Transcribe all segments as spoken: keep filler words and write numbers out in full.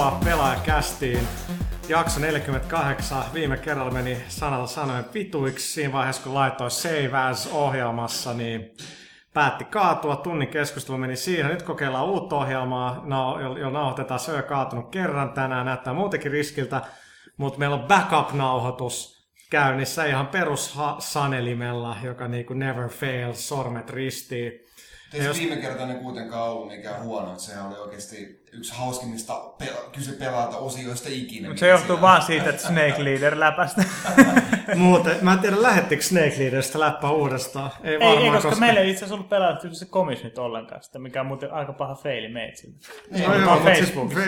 Tervetuloa Pelaajakästiin. Jakso neljäkymmentäkahdeksan. Viime kerralla meni sanalla sanoen vituiksi. Siinä vaiheessa kun laitoi Save As-ohjelmassa, niin päätti kaatua. Tunnin keskustelu meni siihen. Nyt kokeillaan uutta ohjelmaa, no, jo nauhoitetaan. Se on jo kaatunut kerran tänään. Näyttää muutenkin riskiltä, mutta meillä on backup-nauhoitus käynnissä ihan perussanelimella, joka niinku never fail, sormet ristiin. Ei jos... viime kertainen kuitenkaan ollut mikään huono, että sehän oli oikeasti yksi hauskimmista pela- kysy pelata osioista ikinä. Mutta se johtuu vaan siitä, että Snake Leader läpästä. Muuten, mä en tiedä lähettikö Snake Leaderistä läppää uudestaan. Ei, ei, ei koska, koska meillä ei itse asiassa ollut pelattu se komis nyt ollenkaan sitä, mikä on muuten aika paha feili meitsiltä. Niin, no joo, Facebookissa.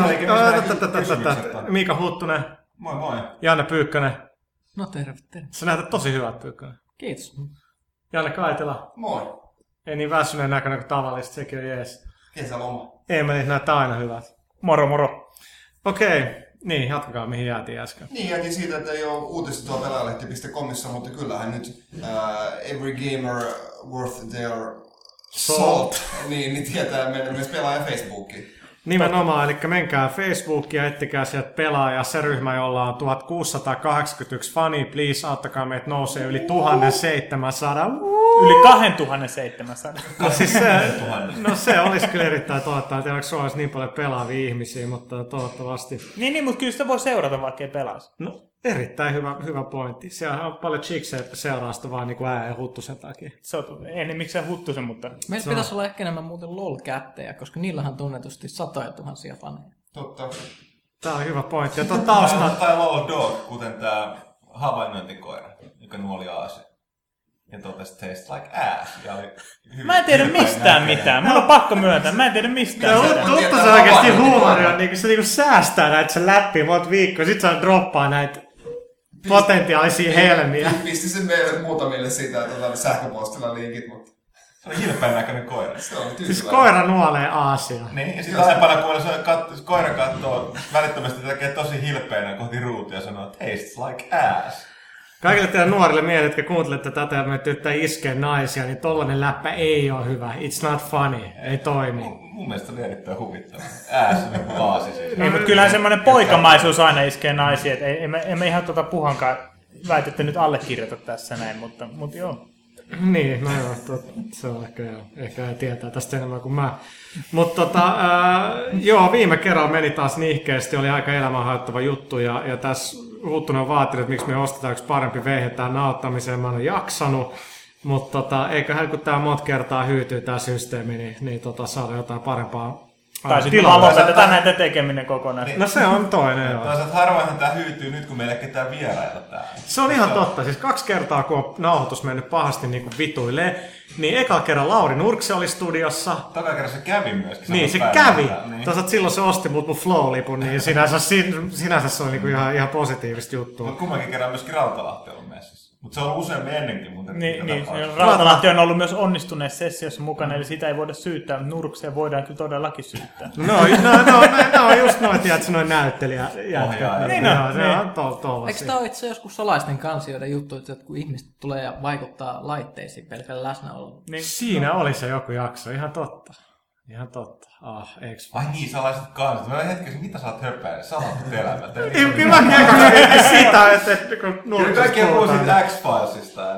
Miika Huttunen. Moi moi. Janne Pyykkönen. No terve, terve. Sä näytät tosi hyvät, Pyykkönen. Kiitos. Janne Kaitila. Moi. Ei niin väsyneen näköinen kuin tavallisesti, sekin on jees. Kesäloma. Emelit näyttää aina hyvät. Moro moro. Okei, okay. Niin jatkakaa mihin jäätiin äsken. Niin jäätiin siitä, että ei ole uutista tuolla pelaajalehti piste comissa, mutta kyllähän nyt uh, every gamer worth their salt, salt. niin, niin tietää mennä myös pelaaja Facebookiin. Nimenomaan, eli menkää Facebookia, ettikää sieltä pelaaja, se ryhmä, jolla on tuhatkuusisataakahdeksankymmentäyksi fani, please, auttakaa meitä nousee yli tuhatseitsemänsataa. Yli kaksituhattaseitsemänsataa. No siis se, no se olisi kyllä erittäin toivottavaa, että Suomessa olisi niin paljon pelaavia ihmisiä, mutta toivottavasti. Niin, niin mutta kyllä sitä voi seurata, vaikka ei pelaisi. No erittäin hyvä, hyvä pointti. Siellä on paljon chiksejä, jotka seuraa sitä vaan niin kuin ää ja Huttusen takia. Se on, ei niin miksei Huttusen, mutta... Meillä se pitäisi on... olla ehkä enemmän muuten lol-kättejä, koska niillähän on tunnetusti satoja tuhansia faneja. Totta. Tää on hyvä pointti. Ja tuon taustaa... Tai lol dog, kuten tää havainnointikoira, joka nuoli Aasia. Ja totesi taste like ass. Ja oli mä en tiedä mistään mitään. Mulla on pakko myöntää. Mä en tiedä mistään mitään. Mutta se oikeesti huumori on, niin se niinku säästää näitä sen läppiä monta viikkoa. Sit se droppaa näitä potentiaalisia helmiä. Pisti sen meille muutamille siitä, että oli sähköpostilla linkit, mutta... Se oli hilpeän näköinen koira. Se oli siis koira nuolee Aasiaa. Niin, ja sitten alempana kuulla, kat- koira katsoo välittömästi tekee tosi hilpeänä kohti ruutia ja sanoo, tastes like ass. Kaikille teidän nuorille miehille, jotka kuuntelette tätä ja me tyttää iskee naisia, niin tollanen läppä ei ole hyvä. It's not funny. Ei toimi. Mun, mun mielestä oli erittäin huvittava. Äässä niin kuin Aasi siis. Ei, mutta kyllähän semmoinen poikamaisuus aina iskee naisia. Et ei, emme, emme ihan tuota puhankaan väitettä nyt allekirjoita tässä näin, mutta, mutta joo. Niin, no joo, tot, se on ehkä joo. Ehkä ei tietää tästä enemmän kuin mä. Mutta tota, äh, joo, viime kerralla meni taas nihkeästi, oli aika elämänhaittava juttu ja, ja tässä Huttunen on vaatinut, että miksi me ostetaan yksi parempi vehje tähän nauttamiseen, mä en ole jaksanut. Mutta tota, eiköhän kun tää monta kertaa hyytyy tää systeemi, niin, niin tota, saada jotain parempaa. Tai sitten vaan lopetetaan näitä tekeminen kokonaan. No se on toinen, joo. Toisaalta harvoinhan tää hyytyy nyt, kun meillä ketään vierailla täällä. Se on ihan totta. Siis kaksi kertaa, kun on nauhoitus mennyt pahasti niin kuin vituilee, niin eka kerran Lauri Nurkse oli studiossa. Toka kerran se kävi myöskin. Niin, se kävi. Niin. Toisaalta silloin se osti mut mun Flow-lipun, niin sinänsä, sinänsä se on niin kuin ihan, ihan positiivista juttua. Mutta kummankin kerran myöskin Rautalahti on messissä. Mutta se on ollut useammin ennenkin. Muuten niin, niin Rautalahti on ollut myös onnistuneessa sessiossa mukana, eli sitä ei voida syyttää, mutta Nurksia voidaan kyllä todellakin syyttää. No, no, no, no, no just noin, tiedätkö, noin näyttelijäjätkät. Niin, no, no, se niin. on tollasia. Eikö tämä ole itse joskus salaisten kansioiden juttu, että kun ihmiset tulee ja vaikuttaa laitteisiin pelkällä läsnäololla? Niin, siinä no. oli se joku jakso, ihan totta. Ihan totta. Ah, eiks vai niin, salaiset kansat. Mä olin hetkessä, mitä sä oot höppäillä? Salatut elämät. Ei, kyllä mä käyn sitä, että kun Nurkisesta kaikki on puhuu siitä X-Filesista.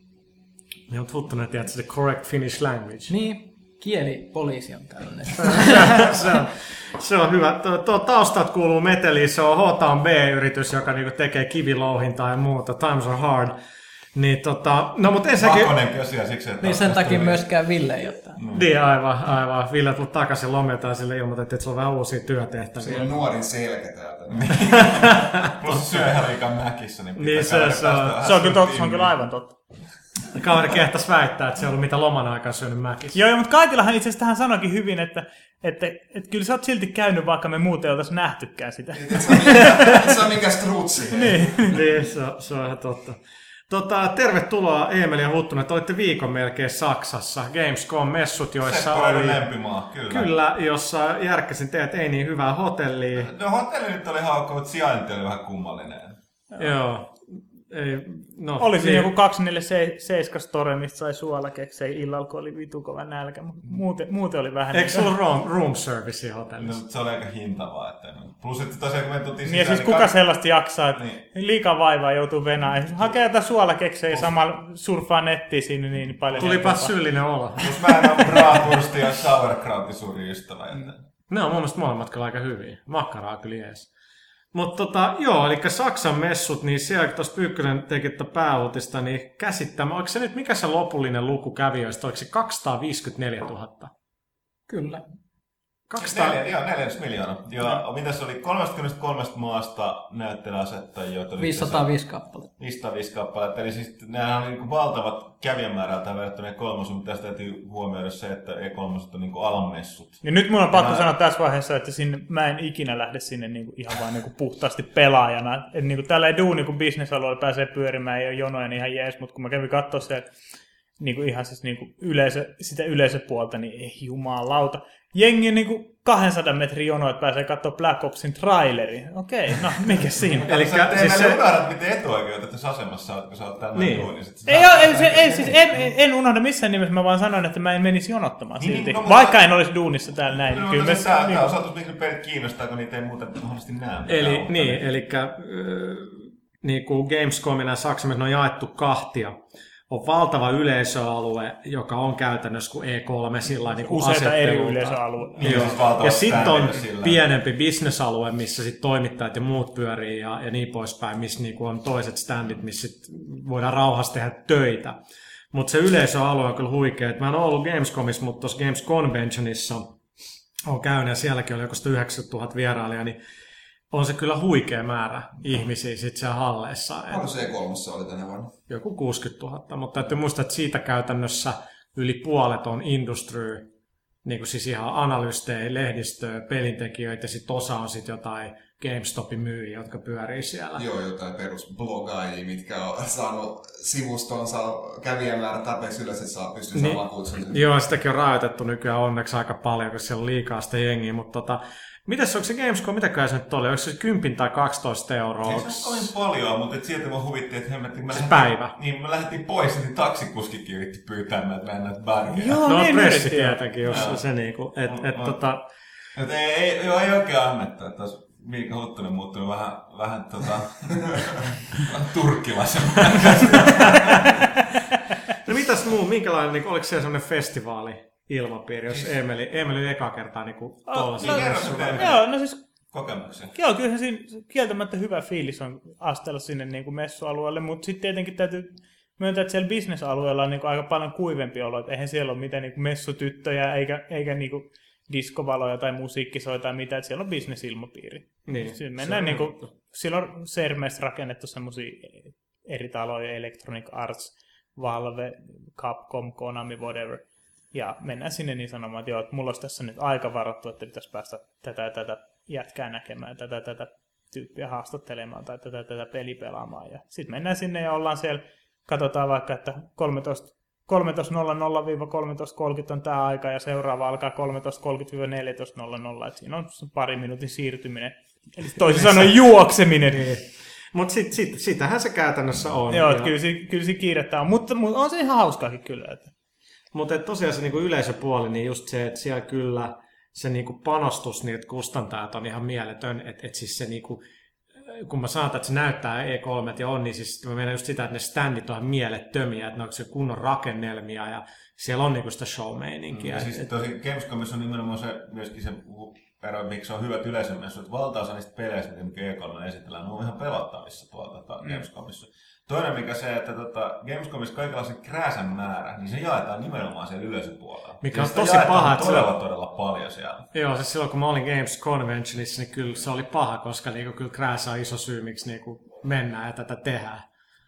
Niin, mutta Huttunen, tiedätkö, se correct Finnish language. Niin, kielipoliisi on tällainen. se, on, se on hyvä. Tuo, tuo taustat kuuluu meteliin, se on H T B-yritys, joka niinku tekee kivilouhintaa ja muuta. Times are hard. Niin tota, no mut ensinnäkin... Vakonenkin asia siksi, että... Niin sen takia tuli... myöskään Ville ei ottaa. Mm. Niin aivan, aivan. Ville tuli takaisin lomilta ja sille ilmoitettiin, että se on vähän uusia työtehtäviä. Se on nuorin selkä täältä. Plus syö ihan liikaa mäkissä, niin, niin se, se, on, se, on kyllä totta, se on kyllä aivan totta. Kaveri kehtäisi väittää, että se on ollut mitä loman aikaa syönyt mäkissä. Joo, mutta Kaitilahan itse asiassa hän sanoikin hyvin, että, että, että kyllä sä oot silti käynyt, vaikka me muuten ei oltaisi nähtykään sitä. Se on minkä strutsi. Niin, niin se, on, se on ihan totta. Tota, tervetuloa Eemeli ja Huttunen. Te olitte viikon melkein Saksassa. Gamescom-messut, joissa oli... lempimaa, kyllä. Kyllä, jossa järkkäsin teet ei niin hyvää hotellia. No hotelli nyt oli haukka, mutta sijainti oli vähän kummallinen. Joo. Ei, no, Oli siinä niin. joku kaksikymmentäneljä store, mistä sai suolakeksejä illalla, kun oli vitu kova nälkä. Muuten, muuten oli vähän... Eikö sulla room, room service hotellissa? No, se oli aika hintavaa. Että... Plus, että tosiaan kun me tultiin sisään... Niin, siis kuka kaksi... sellaista jaksaa, että niin. liikaa vaivaa joutuu venään. Hakee jotain suolakeksejä ja samalla surfaa nettiin siinä niin paljon. Tulipa syyllinen olo. Plus mä en ole bratwursti ja sauerkrautin suuri ystävä. Että... Ne on mun mielestä molemmat kyllä aika hyviä. Makkaraa kyllä jees. Mutta tota, joo, eli Saksan messut, niin siellä kun tuossa Pyykkönen teki pääuutista, niin käsittämä, onko se nyt, mikä se lopullinen luku kävijöistä, oliko se kaksisataaviisikymmentäneljätuhatta? Kyllä. kaksisataa... Neljä, joo, neljännes miljoona. Ja no. Mitä se oli? kolmekymmentäkolme maasta näyttelijäasettajia. viisisataaviisi kappaletta. viisisataaviisi kappaletta. Eli siis nämä on niin valtavat kävijämäärältään verrattuna E kolme, mutta tästä täytyy huomioida se, että E kolme on niin alamessut. Ja nyt mun on pakko mä... sanoa tässä vaiheessa, että sinne, mä en ikinä lähde sinne niin kuin ihan vaan niin kuin puhtaasti pelaajana. Että niin kuin tällä ei duuni, kun bisnesalueella pääsee pyörimään, ei ole jonoja, niin ihan jees, mutta kun mä kävin katsoa se, niin kuin ihan siis niin kuin yleisö, sitä yleisöpuolta, niin ei jumalauta. Jengi niin kuin kahdensadan metrin jono, että pääsee katsoa Black Opsin traileri. Okei, no mikä siinä? Eli siis se... unohdat, miten etuoikeutetussa asemassa olet, kun sä oot täällä niin. Duuni. Ei, ei, se, ei siis en, en unohda missään nimessä, mä vaan sanoin, että mä en menisi jonottamaan niin, silti. No, vaikka mutta... en olisi duunissa täällä näin. No, kyllä mutta me, tämä niin... on osoitus, miksi pelit kiinnostaa, kun niitä ei muuten mahdollisesti näe. Eli, niin, eli äh, niin kuin Gamescomin ja Saksan ne on jaettu kahtia. On valtava yleisöalue, joka on käytännössä kuin E kolme sillä niin kuin useita eri yleisöalueita. Niin, siis ja sitten on sillä. Pienempi bisnesalue, missä sit toimittajat ja muut pyörii ja, ja niin poispäin, missä niin on toiset standit, missä sit voidaan rauhassa tehdä töitä. Mutta se yleisöalue on kyllä huikea. Mä en ole ollut Gamescomissa, mutta tuossa Games Conventionissa on käynyt ja sielläkin oli joku yhdeksänkymmentätuhatta vierailijaa, niin on se kyllä huikea määrä ihmisiä sit siellä halleissa. Paljon se E kolme oli tänä vuonna? Joku kuusikymmentätuhatta, mutta täytyy muistaa, että siitä käytännössä yli puolet on industry, niin kuin siis ihan analystejä, lehdistöä, pelintekijöitä ja sitten osa on sitten jotain GameStopin myyjiä, jotka pyörii siellä. Joo, jotain perusblogaajia, mitkä on saanut sivustonsa kävijämäärä tarpeeksi ylös, että saa pystyä niin, saamaan kutsun. Joo, sitäkin on rajoitettu nykyään onneksi aika paljon, kun siellä on liikaa sitä jengiä, mutta tota, mites onko se Gamescom, mitäkään se nyt oli? Onko se kymmenen tai kaksitoista euroa? Ei se ole kovin paljon, mutta et sieltä mä huvittiin, että hemmettiin, me, päivä. Niin, me lähdettiin pois, niin taksikuskikin yritti pyytää meitä meidän näitä bärgejä. Joo, no niin pressi tietenkin, jos no. se niinku, et, et, et, tota... Et ei, ei, joo, ei oikein annettu, että olisi Miika Huttunen muuttunut vähän, vähän tota, turkkilaisen. No mitäs muu, minkälainen, niin, oliko siellä sellainen festivaali? Ilmapiiri, jos siis... Emeli, Emeli eka kertaa niin kuin tuollaisen. No, joo, no siis kokemuksia. Joo, kyllähän siinä kieltämättä hyvä fiilis on astella sinne niin kuin messualueelle, mutta sitten tietenkin täytyy myöntää, että siellä bisnesalueella on niin kuin aika paljon kuivempi olo, että eihän siellä ole mitään niin kuin messutyttöjä eikä, eikä niin kuin diskovaloja tai musiikkisoita tai mitään, että siellä on bisnesilmapiiri. Niin, siinä mennään niin kuin, siellä on Sermeessä rakennettu semmoisia eri taloja, Electronic Arts, Valve, Capcom, Konami, whatever. Ja mennään sinne niin sanomaan, että joo, että mulla olisi tässä nyt aika varattu, että pitäisi päästä tätä ja tätä jätkää näkemään, tätä tätä tyyppiä haastattelemaan tai tätä tätä peli pelaamaan. Ja sitten mennään sinne ja ollaan siellä, katsotaan vaikka, että kolmetoista nolla nolla kolmetoista kolmekymmentä on tämä aika ja seuraava alkaa kolmetoista kolmekymmentä neljätoista nolla nolla. Että siinä on pari minuutin siirtyminen, eli toisin sanoen juokseminen. Niin. Mutta sit, sit, sitähän se käytännössä on. Joo, ja... kyllä, se, kyllä se kiirettä on, mutta, mutta on se ihan hauskaakin kyllä. Että... Mutta tosiaan se niinku yleisöpuoli, niin just se, että siellä kyllä se niinku panostus niiltä kustantajat on ihan mieletön. Että et siis se niinku, kun mä saatan, että se näyttää E kolme ja on, niin siis mä menen just sitä, että ne standit on ihan mielettömiä, että ne onko se kunnon rakennelmia ja siellä on niinku sitä show-meininkiä. Ja siis tosi Gamescomissa on nimenomaan se, myöskin se ero, miksi se on hyvät yleisömessut, että valtaosa niistä peleistä, mitä E kolme esitellään, ne on ihan pelattavissa tuolla tota, mm. Gamescomissa. Toinen mikä se, että tota, Gamescomissa kaikenlaisen krääsän määrä, niin se jaetaan nimenomaan siellä yleisöpuolella. Mikä on tosi paha. Todella, todella, todella paljon siellä. Joo, siis silloin kun mä olin Games Conventionissa, niin kyllä se oli paha, koska niinku, kyllä krääsä on iso syy, miksi niinku, mennään ja tätä tehdään.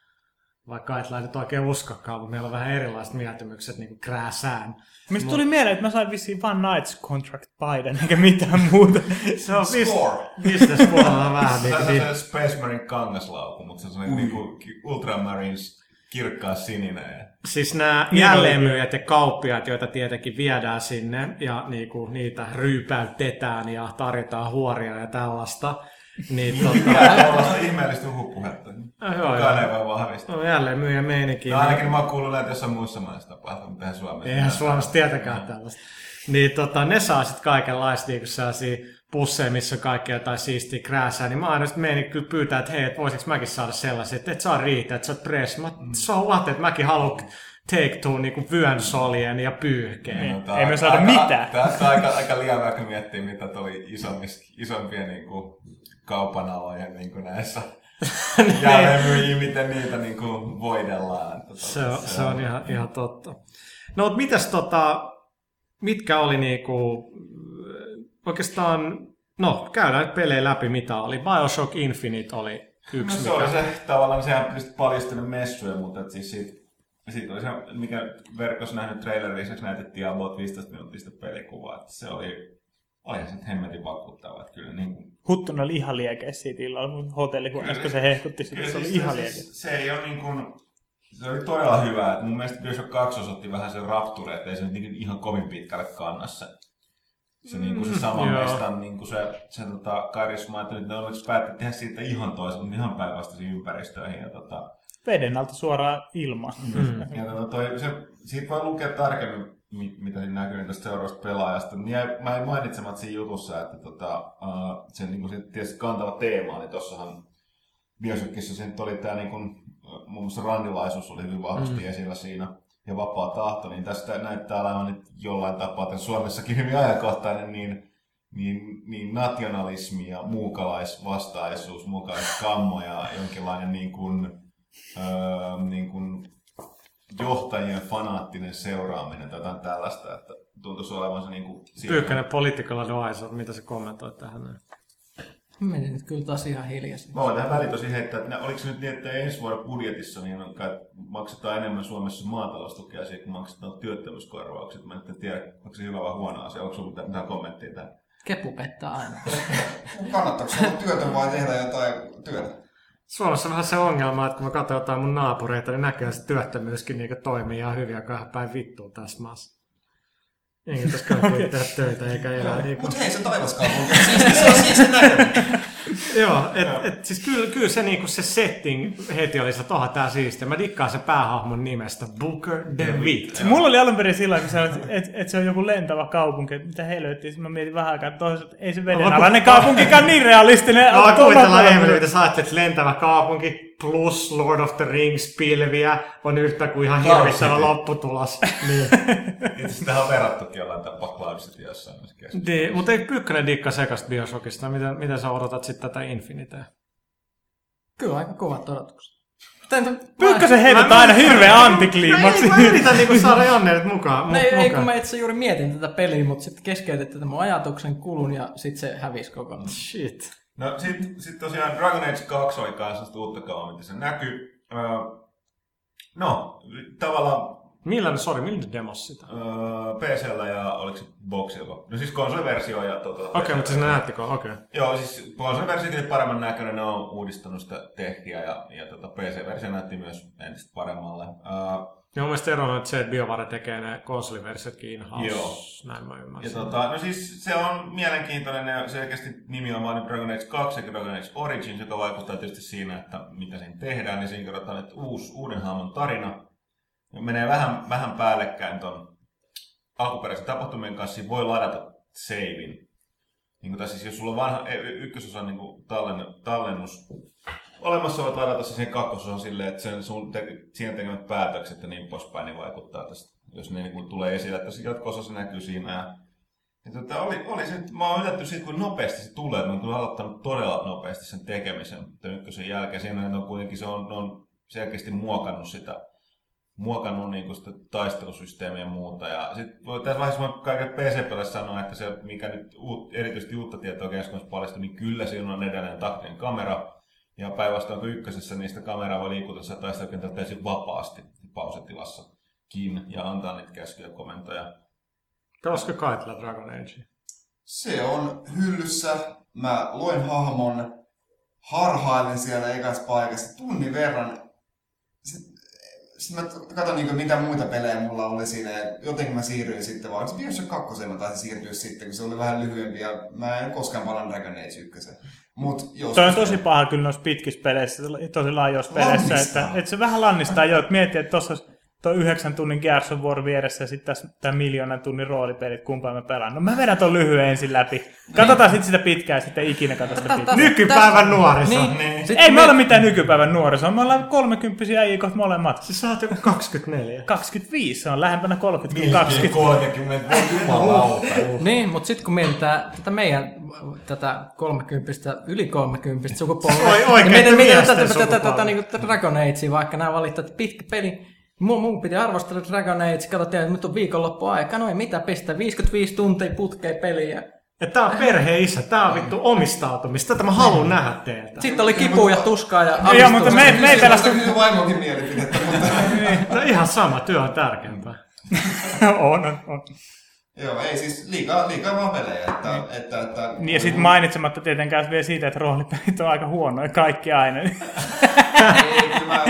Vaikka et nyt oikein uskokaan, mutta meillä on vähän erilaiset mieltymykset niin kuin krääsään. Mistä tuli mieleen, että mä sain vissiin One Nights Contract Biden, eikä mitään muuta. Se on business-puolella vähän. Niin, se on se Space Marine kangaslauku, mutta se on sellainen niin Ultramarines kirkkaa sininen. Siis nämä jälleenmyyjät ja kauppiaat, joita tietenkin viedään sinne ja niinku, niitä ryypäytetään ja tarjotaan huoria ja tällaista. Niin, tota... Mikä on ihmeellistä huhupuhetta? Ah, joo, kukaan ei voi vahvistaa. No jälleen myyjä meininkiin. No ainakin mä oon kuullut näitä jossain muissa maissa tapahtuu, mutta eihän Suomessa. Eihän Suomessa tietenkään tällaista. Niin tota, ne saa sitten kaikenlaista niinku sellaisia pusseja, missä on kaikkea jotain siistiä krääsää, niin mä aina sitten menin kyllä pyytää, että hei, et voisiko mäkin saada sellaisia, että et saa riittää, että sä oot press. Mä so what, että mäkin haluan take two niinku vyön soljen ja pyyhkeen. No, ei me saada aika, mitään. Tämä on aika, aika liian vaikka miettiä, mitä tuli isompia niinku kaupan alojen niinku näissä jälleenmyyjiä, miten niitä niinku voidellaan. Että se, on, se on ihan, ihan totta. No mutta mitäs tota, mitkä oli niinku, oikeastaan, no käydään nyt pelejä läpi mitä oli. Bioshock Infinite oli yksi. No se oli se, tavallaan sehän tietysti paljastunut messuja, mutta siis siitä, siitä oli se, mikä verkossa nähnyt trailerin lisäksi näytettiin about viisitoista minuuttista pelikuvaa, että se oli, olihan se hemmetin vakuuttava, että kyllä niin kuin... Huttunen oli ihan liekeis siitä illalla mun hotellihuoneessa, kun se hehkutti sitä, se oli siis ihan se, liekeis. Se ei ole niin kuin, se oli todella hyvä, että mun mielestä Bioshock kaksi osoitti vähän sen Rapture, että ei se nyt niin ihan kovin pitkälle kannassa. Se, mm, niin se sama mestan niin se, se tota, karisma, että nyt ne onneksi päätti tehdä siitä ihan toisen, ihan päinvastaisiin ympäristöihin. Ja, tota, veden alta suoraan ilmaan. Mm. Ja, tota, toi, se, siitä voi lukea tarkemmin, mitä siinä näkyy tästä seuraavasta pelaajasta. Niin mä en mainitsemat siinä jutussa, että tota, uh, sen niin se, tietysti kantava teema, niin tossahan Bioshockissa se nyt oli tämä niin kuin, muun muassa randilaisuus oli hyvin vahvasti mm. esillä siinä. Ja vapaa tahto, niin tästä näyttää olevan nyt jollain tapaa, että Suomessakin hyvin ajankohtainen, niin, niin, niin nationalismi ja muukalaisvastaisuus, muukalaiskammo ja jonkinlainen niin kuin, öö, niin kuin johtajien fanaattinen seuraaminen tai jotain tällaista, että tuntuisi olevan se niin kuin... Pyykkäinen political advisor, mitä se kommentoi tähän? Meni nyt kyllä taas ihan hiljaisesti. Mä voin tähän väliin tosi heittää, että oliko se nyt niin, että ensi vuoden budjetissa niin on, maksetaan enemmän Suomessa maataloustukea kuin maksetaan työttömyyskorvaukset. Mä en tiedä, onko se hyvä vai huono asia. Onko sinulla mitään kommenttia tähän? Kepu pettää aina. Kannattaako olla työtön vai tehdä jotain työtä? Suomessa on vähän se ongelma, että kun mä katson jotain mun naapureita, niin näköjään se työttömyyskin niin toimii ihan hyvin ja kahden päin vittuun tässä maassa. Eikä tässä kaikkea tehdä töitä eikä elää. Niin Mutta hei, se taivaskaupunki siis, se on siis näköinen. Joo, että et, siis kyllä, kyllä se, niinku, se setting heti oli se, että onhan tää siistiä. Mä dikkaan se päähahmon nimestä, Booker DeWitt. Mulla oli alun perin sillä, kun se, että et, et se on joku lentävä kaupunki, että mitä helvettiä. Mä mietin vähän aikaa, että toisaalta ei se vedenalainen kaupunkikaan niin realistinen. No, kuvitellaan Emeli, mitä sä ajattelet, että lentävä kaupunki plus Lord of the Rings pilviä on yhtä kuin ihan hirvittävä lopputulos. Niin. Sitä on verrattukin jollain tapaa Cloud City jossain. Niin, mutta ei Pyykkönen dikka sekasta Bioshockista. Miten, miten sä odotat sitten tätä Infinitea? Kyllä aika kovat odotukset. Pyykkösen heitetään aina hirveä antikliimaksi. No ei, mä yritän niinku saada Janne mukaan. No, ei, kun mä itse juuri mietin tätä peliä, mutta sitten keskeytettiin tämän mun ajatuksen kulun ja sitten se hävisi kokonaan. Shit. No sit, sit tosiaan Dragon Age kaksi oli kanssa uutta kauan, mitä se näkyy. Öö, no, tavallaan... Millainen, sori, millainen demos sitä? Öö, P C:llä ja oliko se Boxilla? No siis konsoliversio ja tota... Okei, okay, mutta siis näettikö? Okei. Okay. Joo, siis konsoliversio paremman näköinen, ne on uudistanut sitä tehkiä ja, ja tota P C-versio näytti myös entistä paremmalle. Öö, ja mun mielestä ero on se, että BioWare tekee ne konsoliversiotkin in-house. Joo. Näin mä ymmärsin. Ja tota, no siis se on mielenkiintoinen ja selkeästi nimi on vain Dragon Age kaksi ja Dragon Age Origins, joka vaikuttaa tietysti siinä, että mitä siinä tehdään, niin siinä kerrotaan, että uusi, uuden hahmon tarina. Menee vähän, vähän päällekkäin ton alkuperäisen tapahtumien kanssa, niin voi ladata savein. Niin kuin, siis jos sulla on vanha ykkösosan niin tallen, tallennus olemassa, voit ladata se sen kakkososan silleen, että sen sun te, siinä tekemät päätökset ja niin poispäin niin vaikuttaa tästä, jos ne niin kuin tulee esille, että se jatko-osa näkyy siinä. Ja, ja tota, oli, oli se, mä oon yllätty siitä, kun nopeasti se tulee, mä oon aloittanut todella nopeasti sen tekemisen ykkösen jälkeen. Siinä on kuitenkin se on, on selkeästi muokannut sitä. muokannut niinku sitä taistelusysteemiä ja muuta. Ja sit tässä vaiheessa voin kaikille P C-peleissä sanoa, että se, mikä nyt uut, erityisesti uutta tietoa keskuudessa paljastui, niin kyllä siinä on edelleen taktinen kamera. Ja päinvastoin kuin ykkösessä niistä kameraa voi liikutessa taistelukentällä täysin vapaasti pausetilassakin ja antaa niitä käskyjä ja komentoja. Pelasiko Kaitila Dragon Age? Se on hyllyssä. Mä loin hahmon, harhailen siellä ekassa paikassa tunnin verran. Sitten Sitten mä katson, niin mitä muita pelejä mulla oli siinä, ja jotenkin mä siirryin sitten vaan. Se Bioshock kaksi mä taisin siirtyä sitten, kun se oli vähän lyhyempi, ja mä en koskaan palan Dragon Age yksi. Mut jos Toi on tosi paha kyllä noissa pitkissä peleissä, tosi laajoissa peleissä, että, että se vähän lannistaa jo, että miettii, että tuossa tuo yhdeksän tunnin Gears of War vieressä ja sitten tässä tämä miljoonan tunnin roolipelit, kumpaan mä pelaan. No mä vedän ton lyhyen ensin läpi. Katsotaan sitten sitä pitkää ja sitten ikinä katso sitä pitkää. Nykypäivän nuoriso. Niin. Niin. Ei me ole mitään nykypäivän nuorisoa, me ollaan kolmekymppisiä äijä kohta molemmat. Siis sä oot joku kaksikymmentäneljä. kaksikymmentäviisi, se on lähempänä kolmekymmentä kuin kaksikymmentä. kolmekymmentä, jumalauta. Niin, mutta sitten kun mietitään tätä meidän tätä kolmekymppistä, yli kolmekymppistä sukupolvea, Oi, oikein, ja mietitään miesten tätä, tätä, sukupolvea. tätä, tätä niin Dragon Agea, vaikka nämä valittaa, että pitkä peli, mun, mun piti arvostella Dragon Age, katsottiin, että nyt on viikonloppu aika, no ei mitä pistä, viisikymmentäviisi tuntia putkeen peliä. Ja tää on perheisä, tää on vittu omistautumista, tätä mä haluan nähdä teiltä. Sitten oli kipua ja tuskaa ja Joo, mutta me, me ei tällaista pelastu... kyllä vaimonkin mielipidettä, mutta... No ihan sama, työ on tärkeämpää. on, on, on. Joo, ei siis liikaa, liikaa vaan pelejä, että... että, että Niin ja sitten mainitsematta tietenkään vielä siitä, että roolipelit on aika huonoja kaikki aina. Ei, kyllä mä...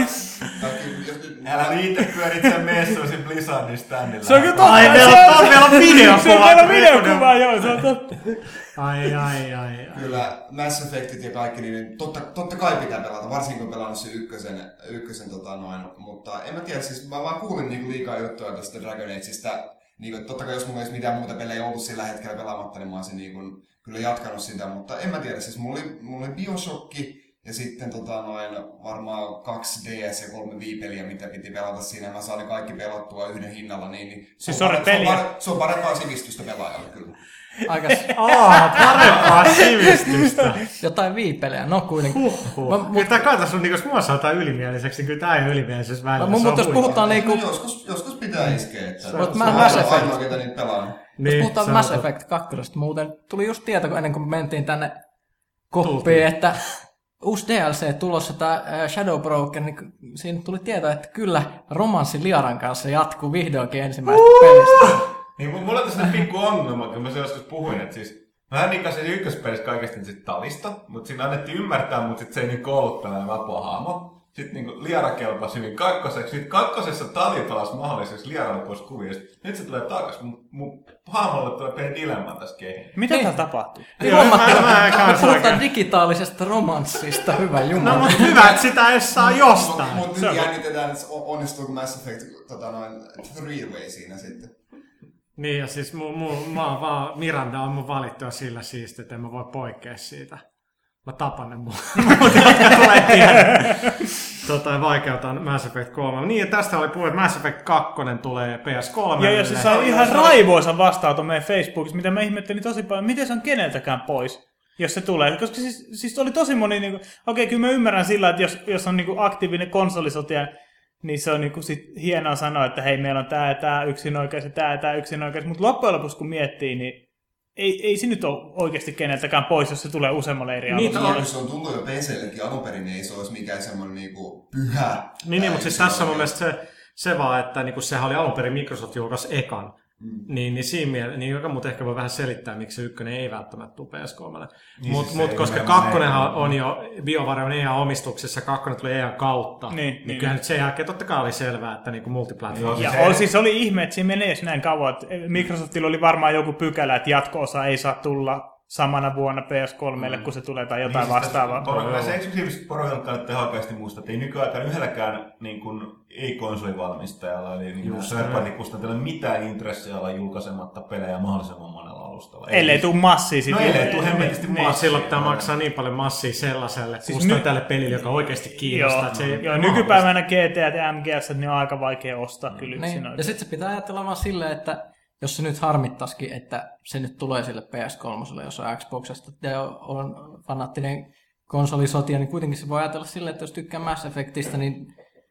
Älä niitä pyörit sen messuisin Blizzardin standilla. Se on kyllä totta. Ai, meillä on, on, meillä on videokuva. Se on meillä videokuva, joo, se on totta. Ai, ai, ai, ai. Kyllä Mass Effectit ja kaikki, niin totta, totta kai pitää pelata, varsinkin kun pelannut se ykkösen, ykkösen tota noin, mutta en mä tiedä, siis mä vaan kuulin niinku liikaa juttuja tästä Dragon Ageista, niinku, että totta kai jos mulla ei olisi mitään muuta pelejä ollut sillä hetkellä pelaamatta, niin mä olisin niinku, kyllä jatkanut sitä, mutta en mä tiedä, siis mulla oli, mulla oli Bioshock ja sitten tota noin, varmaan kaksi D S ja kolme Wii-peliä, mitä piti pelata siinä, ja mä saan ne kaikki pelattua yhden hinnalla, niin, niin se, Siis on on pare- se, on peliä. pare- se on parempaa sivistystä pelaajalle kyllä. aika Aa, parempaa sivistystä. jotain viipelejä, no kuitenkin. Huhhuh. Mä- Kyllä tää kautta sun, niin jos mua sanotaan ylimieliseksi, niin kyllä tää ei ole ylimielisyys välillä. Mutta se on jos huikea. puhutaan niinku, No, joskus, joskus pitää iskeä, että Se- Mut se mä- on Mass ainoa- Effect. ainoa, ketä niitä pelaa. jos Niin, puhutaan se on Mass totta. Effect kaksi, muuten tuli just tieto, kun ennen kuin mentiin tänne koppiin, Tultiin. että uusi D L C tulossa, tämä Shadow Broker, niin siinä tuli tieto, että kyllä romanssi Liaran kanssa jatkuu vihdoinkin ensimmäistä pelistä. Niin mulla on tässä pikku ongelma, kun mä se joskus puhuin, että siis mä niinkasin ykköspelissä kaikesta sit talista, mutta siinä annettiin ymmärtää, mutta sit se ei niin ollut tällainen vapaa hahmo. Sitten niin Liara kelpasi hyvin kakkoseksi. Sitten kakkosessa Tali palasi mahdolliseksi Liaralle pois kuvista. Nyt se tulee takas. Mun, mun hahmolle tulee pieni dilemma tässä kehiin. Mitä Niin. täällä tapahtuu? Niin Joo, hommattiin, mä- mä en kanssa puhutaan oikein. digitaalisesta romanssista, hyvä No jumala. mutta hyvä, että sitä edes saa jostain. Mutta Se nyt on- jännitetään, että onnistuuko Mass Effect tota noin three-way siinä sitten. Niin ja siis mu, mu, mä oon vaan, Miranda on mun valittua sillä siistiä, että en mä voi poikkea siitä. Mä tapan ne mun, mut jotka tulee tiedä. Tota, vaikeutan Mass Effect kolme. Niin ja tästä oli puhe, että Mass Effect kaksi tulee P S kolme. Ja, ja se sai ihan raivoisa vastaanoton meidän Facebookissa, mitä mä ihmettelin tosi paljon, miten se on keneltäkään pois, jos se tulee. Koska siis, siis oli tosi moni, niin okei, okay, kyllä mä ymmärrän sillä, että jos, jos on niin kuin aktiivinen konsolisotija, niin se on niin kuin sit hienoa sanoa, että hei, meillä on tää ja tää yksin oikeus ja tää ja tää yksin oikeus. Mutta loppujen lopuksi, kun miettii, niin ei, ei se nyt ole oikeasti keneltäkään pois, jos se tulee useammalle eri Niin, alueelle. Jos se on tullut jo P C:llekin alun perin, niin ei se olisi mikään semmoinen niinku pyhä. Niin, niin mutta siis tässä on mun mielestä se, se vaan, että niin sehän oli alun perin Microsoft julkaisi ekan. Mm. Niin, niin siinä mielessä, niin joka mut ehkä voi vähän selittää, miksi se ykkönen ei välttämättä tule P S kolme. Niin, Mut, siis mut se koska ei kakkonenhan nimenomaan on jo, BioWare on E A omistuksessa, kakkonen tuli E A kautta. Niin, niin, niin. kyllähän nyt sen jälkeen totta kai oli selvää, että niinku multiplatform. Joo, Ja se- oli, siis oli ihme, että siinä menee näin kauan, että Microsoftilla oli varmaan joku pykälä, että jatko-osa ei saa tulla samana vuonna P S kolmelle, kun se tulee tai jotain Niin, siis vastaavaa. tässä Poro- Näissä eksklusiivisissa poroilla kannattaa oikeasti muistaa, että ei nykyaikana yhdelläkään niin kuin, ei-konsolivalmistajalla, eli niin Just third-party-kustantajalla mitään intressiä olla julkaisematta pelejä mahdollisimman monella alustalla. Ellei tule massia No sitten. ellei tuu hemmetisti Niin, massia. silloin pitää maksaa niin paljon massia sellaiselle Siis kustantajalle pelille, joka oikeasti kiinnostaa. Joo, että se ei joo mahdollista. nykypäivänä G T A ja M G S niin on aika vaikea ostaa kyllä yksin Niin. Ja oikein. sitten se pitää ajatella vaan silleen, että jos se nyt harmittaisikin, että se nyt tulee sille P S kolme, jos on Xboxesta ja on fanaattinen konsolisotija, niin kuitenkin se voi ajatella silleen, että jos tykkää Mass Effectistä, niin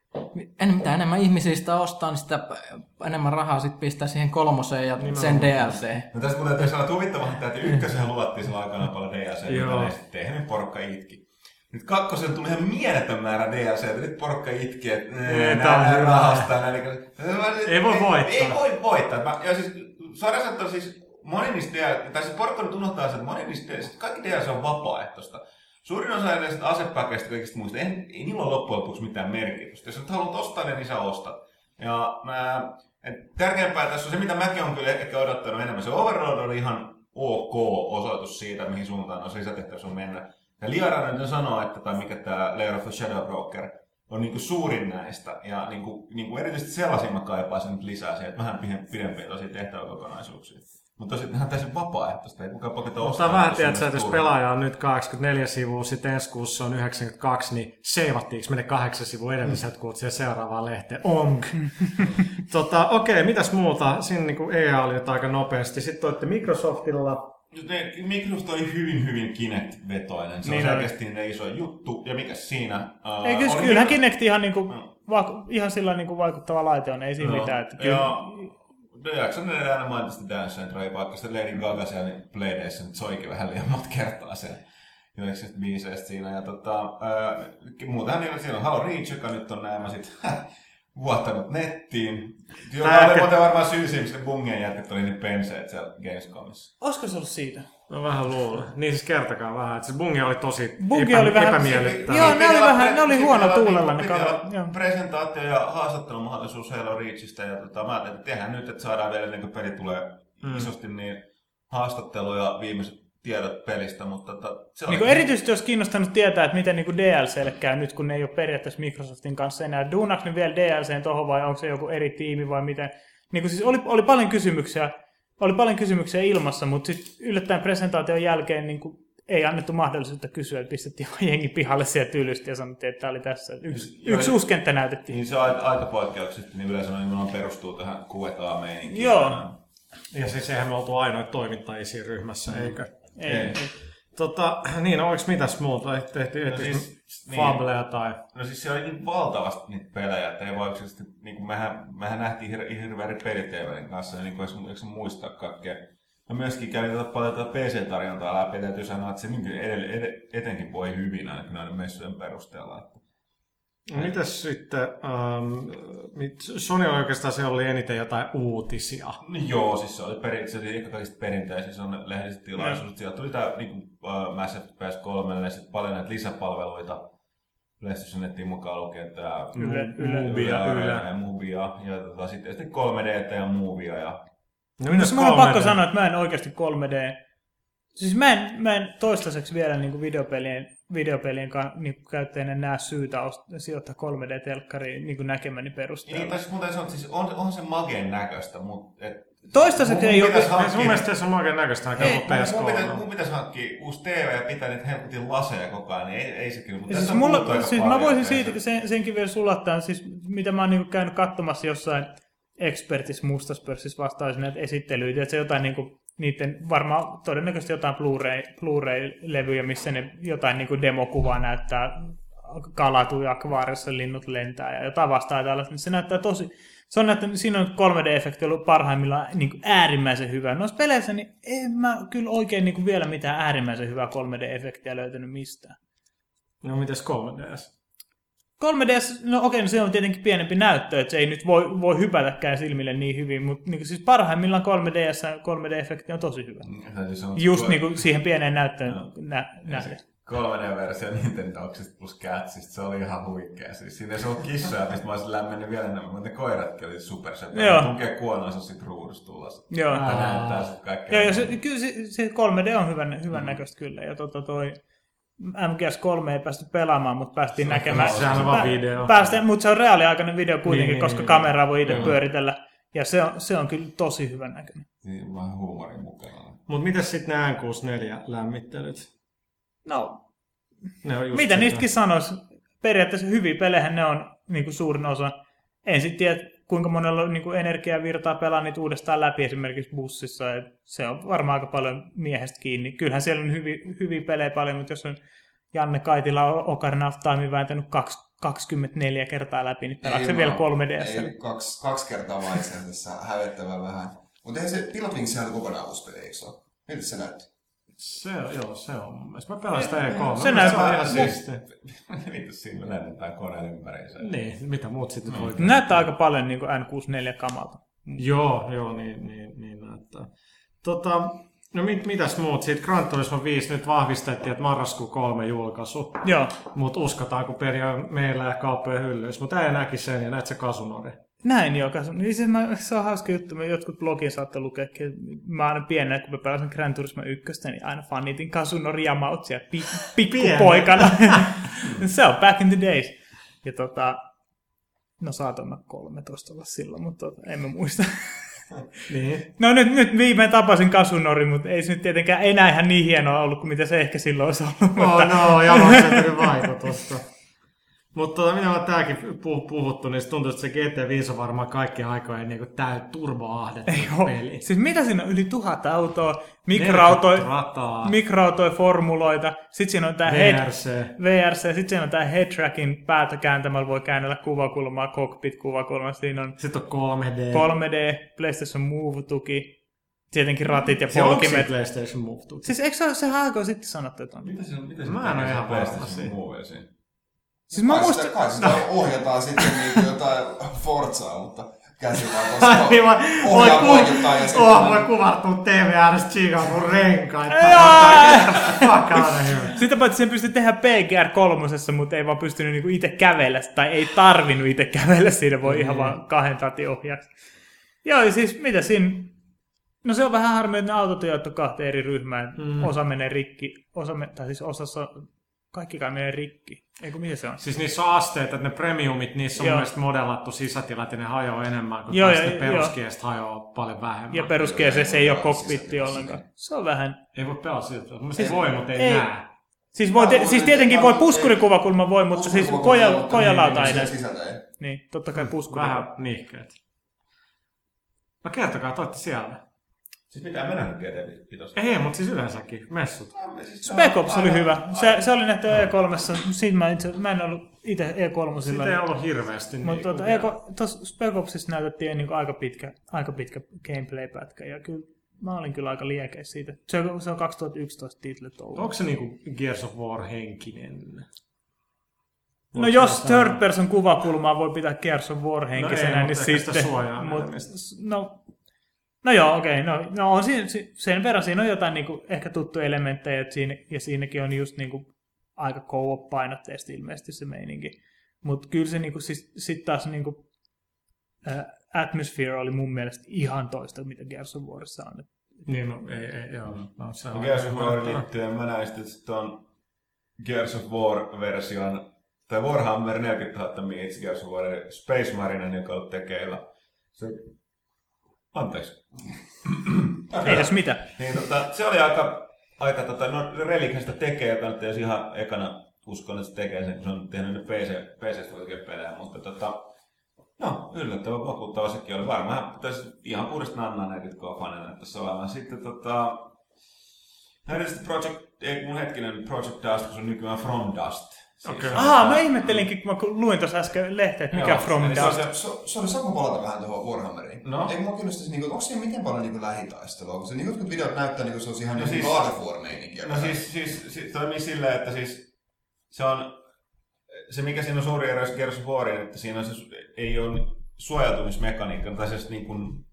en, mitä enemmän ihmisiä sitä ostaa, niin sitä enemmän rahaa sit pistää siihen kolmoseen ja sen D L C. No tästä muuten täytyy sanoa huvittavaa, että ykkösen luvattiin sillä aikana paljon D L C, Joo. mitä ne sitten tehnyt, niin porukka itki. Nyt kakkosen tuli ihan mieletön määrä D L C, että nyt porukka itki, että Ei, tää on nää hyvä. rahastaa. Näin, Ei voi voittaa. Ei voi voittaa. Mä, ja siis suoraan sanottuna siis moni niistä D L C, tai siis porukka nyt unohtaa sen, että moni niistä D L C, kaikki D L C on vapaaehtoista. Suurin osa näistä asepäkeistä kaikista muista, ei, ei niillä ole loppujen lopuksi mitään merkitystä. Jos et haluat ostaa ne, niin sä ostat. Ja mä, et tärkeämpää tässä on se, mitä mäkin olen kyllä ehkä odottanut enemmän. Se Overlord oli ihan ok osoitus siitä, mihin suuntaan noissa lisätehtävissä on mennä. Ja Liara nyt sanoo, että tai mikä tämä Lair of the Shadow Broker on niinku suurin näistä. Ja niinku, niinku erityisesti sellaisia mä kaipaisin nyt lisää siihen, että vähän pidempiä tosia tehtäväkokonaisuuksia. Mutta tosiaan täysin vapaaehtoista, ei kukaan paketa ostaa. Mutta vähän tiedät, että jos pelaaja on nyt kahdeksankymmentäneljä sivua, sitten ensi kuussa on yhdeksänkymmentäkaksi, niin seivattiinko me ne kahdeksan sivua edelliseltä kuulta siihen seuraavaan lehteen? Onk! tota, Okei, okay, mitäs muuta? Siinä niin kuin E A oli aika nopeasti. Sitten toitte Microsoftilla. Microsoft oli hyvin, hyvin Kinect-vetoinen. Se niin on oikeasti niin iso juttu. Ja mikä siinä? Uh, ei, kyllä, kyllähän Kinect ihan, niin kuin, no. va- ihan sillä niin kuin vaikuttava laite on, ei siinä no. mitään. Että kyllä... ja... Jackson aina mainitsi Dance Central, vaikka sitten Lady Gaga siellä niin Playdays nyt soikin vähän liian monta kertaa siellä yhdeksänkymmentä biiseistä siinä. Ja tota, ää, muutenhan niillä siellä on Halo Reach, joka nyt on nämä sit vuottanut nettiin. Joka oli muuten varmaan syy siihen, miksi ne bungien jätkät oli niin penseet siellä Gamescomissa. Olisiko se ollut siitä? No vähän luulen. Niin siis kertakaan vähän, että se bungi oli tosi bungi epä, oli vähän, epämiellyttävä. Joo, ne oli vähän, ne oli huono tuulella ne kaverit. Presentaatio ja haastattelumahdollisuus Halo Reachista ja tota, mä ajattelin, että tehdään nyt, että saadaan vielä ennen kuin peli tulee mm. isosti niin haastatteluja viimeiset tiedot pelistä, mutta tota, se niin oli... Erityisesti olisi kiinnostanut tietää, että miten niin D L C:lle käy nyt, kun ne ei ole periaatteessa Microsoftin kanssa enää. Duunaako ne vielä D L C:n tohon vai onko se joku eri tiimi vai miten? Niin siis oli, oli paljon kysymyksiä. Oli paljon kysymyksiä ilmassa, mutta sitten yllättäen presentaation jälkeen niin kuin ei annettu mahdollisuutta kysyä, että pistettiin jengi pihalle sieltä tylysti ja sanottiin, että tämä oli tässä. Yksi, jo, yksi uuskenttä näytettiin. Niin se on aika, aika poikkeuksellisesti, niin yleensä nimenomaan perustuu tähän Q and A-meininkiin. Joo. Ja siis eihän me oltu ainoita toimittajia siinä ryhmässä, mm. eikö? Ei. ei. Tota, niin, no oliko mitäs muuta? Tehtiin no siis, Fableja tai... No siis siellä oli niin valtavasti niitä pelejä, että ei voi yksilöisesti... Niin mehän, mehän nähtiin hir- hirveän eri peliteeverin kanssa, ja niin kuin eikö se muistaa kaikkea. Mä myöskin kävin tota paljon tätä P C-tarjontaa läpi, ja täytyy sanoa, että se niin ed- ed- etenkin voi hyvin ainakin näiden messujen perusteella. No, mitäs sitten, ähm, Sony oikeastaan se oli eniten jotain uutisia. No joo, siis se oli, peri, se oli ehkä kaikista perinteisiä, se on lehdiset tilaisuudet. Sieltä tuli tää niin kuin, uh, Mass Effect P S kolme, ja sitten paljon näitä lisäpalveluita. PlayStation Nettiin mukaan lukee tää Movia ja Movia, ja tota, sitten, sitten kolme D ja Movia. Ja... No, no mun on pakko sanoa, että mä en oikeasti kolme D. Siis mä en, mä en toistaiseksi vielä niin kuin videopelien, videopelien niin kuin käyttäjänä näe syytä sijoittaa kolme D-telkkariin niin kuin näkemäni perusteella. Niin, tai muuten sanoa, siis on, on se mageen näköistä, mutta... Et, toistaiseksi ei ole... Hankkia... Mun mielestä se on mageen näköistä aika ollut P S kolme. Mun pitäisi, mun pitäisi hankkia uusi T V ja pitää niitä helkutin laseja koko ajan, niin ei, ei se kyllä. Mutta siis mulla, siis mä voisin siitä, sen, senkin vielä sulattaa, siis mitä mä oon niin kuin käynyt katsomassa jossain Expertis Mustaspörssissä vastaisin näitä esittelyitä, että se jotain niin kuin niiden varmaan todennäköisesti jotain Blu-ray, Blu-ray-levyjä, missä ne jotain niin kuin demokuvaa näyttää, kalatuu akvaariossa, linnut lentää ja jotain vastaa tällaista. Se näyttää tosi, se on näyttänyt, siinä on kolme D-efekti ollut parhaimmillaan niin kuin äärimmäisen hyvä. Noissa peleissä niin en mä kyllä oikein niin kuin vielä mitään äärimmäisen hyvää kolme D-efektiä löytänyt mistään. No mitäs kolme D S? kolme D S, no okei, no se on tietenkin pienempi näyttö, että se ei nyt voi, voi hypätäkään silmille niin hyvin, mutta niin siis parhaimmillaan kolme D S, kolme D-efekti on tosi hyvä. Mm, just niin kuin siihen pieneen näyttöön no. nä- nähden. kolme D-versio Nintendoksista plus Catsista, se oli ihan huikea. Siis siinä ei se ollut kissoja, mistä mä olisin lämmennyt vielä enemmän, mutta ne koiratkin oli supersepä. Tunkee kuonoissa sit ruudusta tulossa. Joo. Että näyttää sit kaikkea. Joo, ja se, kyllä se, se kolme D on hyvän, hyvän mm. näköistä kyllä. Ja tota toi M G S kolme ei päästy pelaamaan, mutta päästiin se näkemään. Sehän on vaan video. Päästiin, mutta se on reaaliaikainen video kuitenkin, niin, koska niin, kameraa voi itse pyöritellä. Ja se on, se on kyllä tosi hyvän näköinen. Niin, vähän huumorin mukana. Mutta mitäs sitten nämä N kuusikymmentäneljä-lämmittelyt? No, mitä niistäkin sanoisi? Periaatteessa hyviä pelejä ne on niin kuin suurin osa. En sitten tiedä, kuinka monella niin kuin energiaa virtaa pelaa niitä uudestaan läpi esimerkiksi bussissa. Et se on varmaan aika paljon miehestä kiinni. Kyllähän siellä on hyviä, hyviä pelejä paljon, mutta jos on Janne Kaitila Ocarina of Time vääntänyt kaksikymmentäneljä kertaa läpi, niin pelaatko se vielä kolme D S? Ei, kaksi, kaksi kertaa vaan itse asiassa hävettävän vähän. Mutta eihän se Pilot Wingsihan kokonaan uusi peli, eikö se ole? Miltä se näytti? Se on, joo, se on mun mielestä. Mä pelaan sitä E kolme. Se näyttää ihan siistiä. Mitäs siinä lennetään koneen ympäriinsä? Niin, mitä muut sitten voi. Näyttää aika paljon niin kuin N kuusikymmentäneljä-kamalta. Joo, joo, niin, niin, niin näyttää. Tota, no mit, mitäs muut? Siitä Gran Turismo viisi nyt vahvistettiin, että marraskuun kolme julkaisu. Joo. Mutta uskotaan, kun peli on meillä ja kauppojen hyllyissä. Mutta ei näki sen ja näet se Kasunori. Näin joo, niin se, mä, se on hauska juttu, me jotkut blogin saatte lukea, mä aina pienenä, kun mä pelasin Gran Turismo yksi, niin aina fanitin Kasunori Yamautsia pi, pikkupoikana. Se on back in the days. Ja tota, no saatoin mä kolmetoista olla silloin, mutta tota, en mä muista. Niin. No nyt, nyt viimein tapasin Kasunori, mutta ei se nyt tietenkään enää ihan niin hienoa ollut kuin mitä se ehkä silloin olisi ollut. Oh, mutta... no, Yamautsia vaikutusta. Mutta tota, mitä mä täälläkin puhuttu, niin se tuntuu, että se G T viisi on varmaan kaikkien aikojen niin täyt turboahdettu peli. Siis mitä siinä on? Yli tuhat autoa, mikroautoja, mikroautoja formuloita, sitten siinä on tää V R C, V R C, sitten siinä on tää head-trackin päätä kääntämällä voi käännellä kuvakulmaa, cockpit-kuvakulmaa, siinä on sitten on kolme D, kolme D, PlayStation Move-tuki, tietenkin ratit ja se polkimet. onko PlayStation Move-tuki? Siis eikö se ole se aika sitten sanottu, että on? Mitä se on? Mitä se mä en ole ihan PlayStation Move siinä? Siis mä kai, muistan... sitä, kai sitä ohjataan sitten niin jotain Forzaa, mutta käsi vaan tuosta niin ohjaa poikittaa ja sitten... Oh, voi kuvattua T V R:stä Chicagon renkaita. Sitä paitsi sen pystyi tehdä P G R kolme, mutta ei vaan pystynyt niinku itse kävellä, tai ei tarvinnut itse kävellä, siinä voi mm. ihan vaan kahden ratin ohjaaksi. Joo, ja siis mitä siinä... No se on vähän harmi, että ne autot on kahteen eri ryhmään. Mm. Osa menee rikki, osa me... tai siis osassa... Kaikki kai menee rikki. Eikö mitä se on? Siis niissä on asteet, että ne premiumit, niissä on mun mielestä modellattu sisätilat ja ne hajoaa enemmän, kun joo, taas ja, ne peruskiestä hajoaa paljon vähemmän. Ja peruskiestä ei ole cockpitti ollenkaan. Se on vähän... Ei voi pelaa siltä. Siis voi, mutta ei, ei näe. Siis, voi te, siis tietenkin voi puskurikuvakulma voi, mutta siis kojalauta ei näe. Niin, totta kai puskuri. Vähän nihkeet. No kertokaa, te olette siellä. Siis mitään mennä G T viisi? Ei, mutta siis yleensäkin, messut. Spec Ops oli hyvä. Se, se oli nähty E kolme. Siitä mä, itse, mä en ollut itse E kolme. Siitä ei ollut hirveästi. Mutta tuota, tuossa Spec Opsissa näytettiin niin aika pitkä, aika pitkä gameplay-pätkä. Ja kyllä, mä olin kyllä aika liekeis siitä. Se on, se on kaksituhattayksitoista titlet ollut. Onko se niinku Gears of War henkinen? No jos third person kuvakulmaa voi pitää Gears of War henkisenä, no ei, niin sitten... Mut, no, No joo, okei. Okay, no, no on siinä, sen verran siinä on jotain niinku, ehkä tuttuja elementtejä, että siinä, ja siinäkin on just niinku, aika co-op-painotteisesti ilmeisesti se meininki. Mutta kyllä se niinku, siis, sitten taas niinku, ä, Atmosphere oli mun mielestä ihan toista, mitä Gears of Warissa on. Niin, no ei, ei joo. No, se on Gears of War liittyen mä näin sitten tuon Gears of War-version, tai Warhammer neljäkymmentätuhatta Meets Gears of War Space Marinen, joka on tekeillä. Se Anteeksi. Ei edes mitä. Niin, tota, se oli aika, aika tota, no Relichän sitä tekee, joka nyt ei ihan ekana uskon, että se tekee sen, kun se on tehnyt ne P C, P C:stä pelejä, mutta tota, no, yllättävän vakuuttava sekin oli. Varmaan pitäisi ihan puhdasta nannaa neljäkymmentä K-fanina tässä olemaan. Sitten tota, näin sitten Project, ei mun hetkinen Project Dust, kun se on nykyään From Dust. Siis okay. Ahaa, mä ihmettelinkin, kun mä luin tuossa äsken lehteen, että mikä From Dust. Se, se, se oli saanko palata vähän tuohon Warhammeriin. No. Eikö mä kiinnostaisi, niin, onko siinä miten paljon niin lähitaistelua? Kun se niin jotkut videot näyttää, niin se olisi ihan no niin God of War-meininkiä. No siis, siis, siis toimii silleen, että siis se on, se mikä siinä on suuri ero Gears of Warin, että siinä on se, ei ole suojautumismekaniikka, tai se niin kuin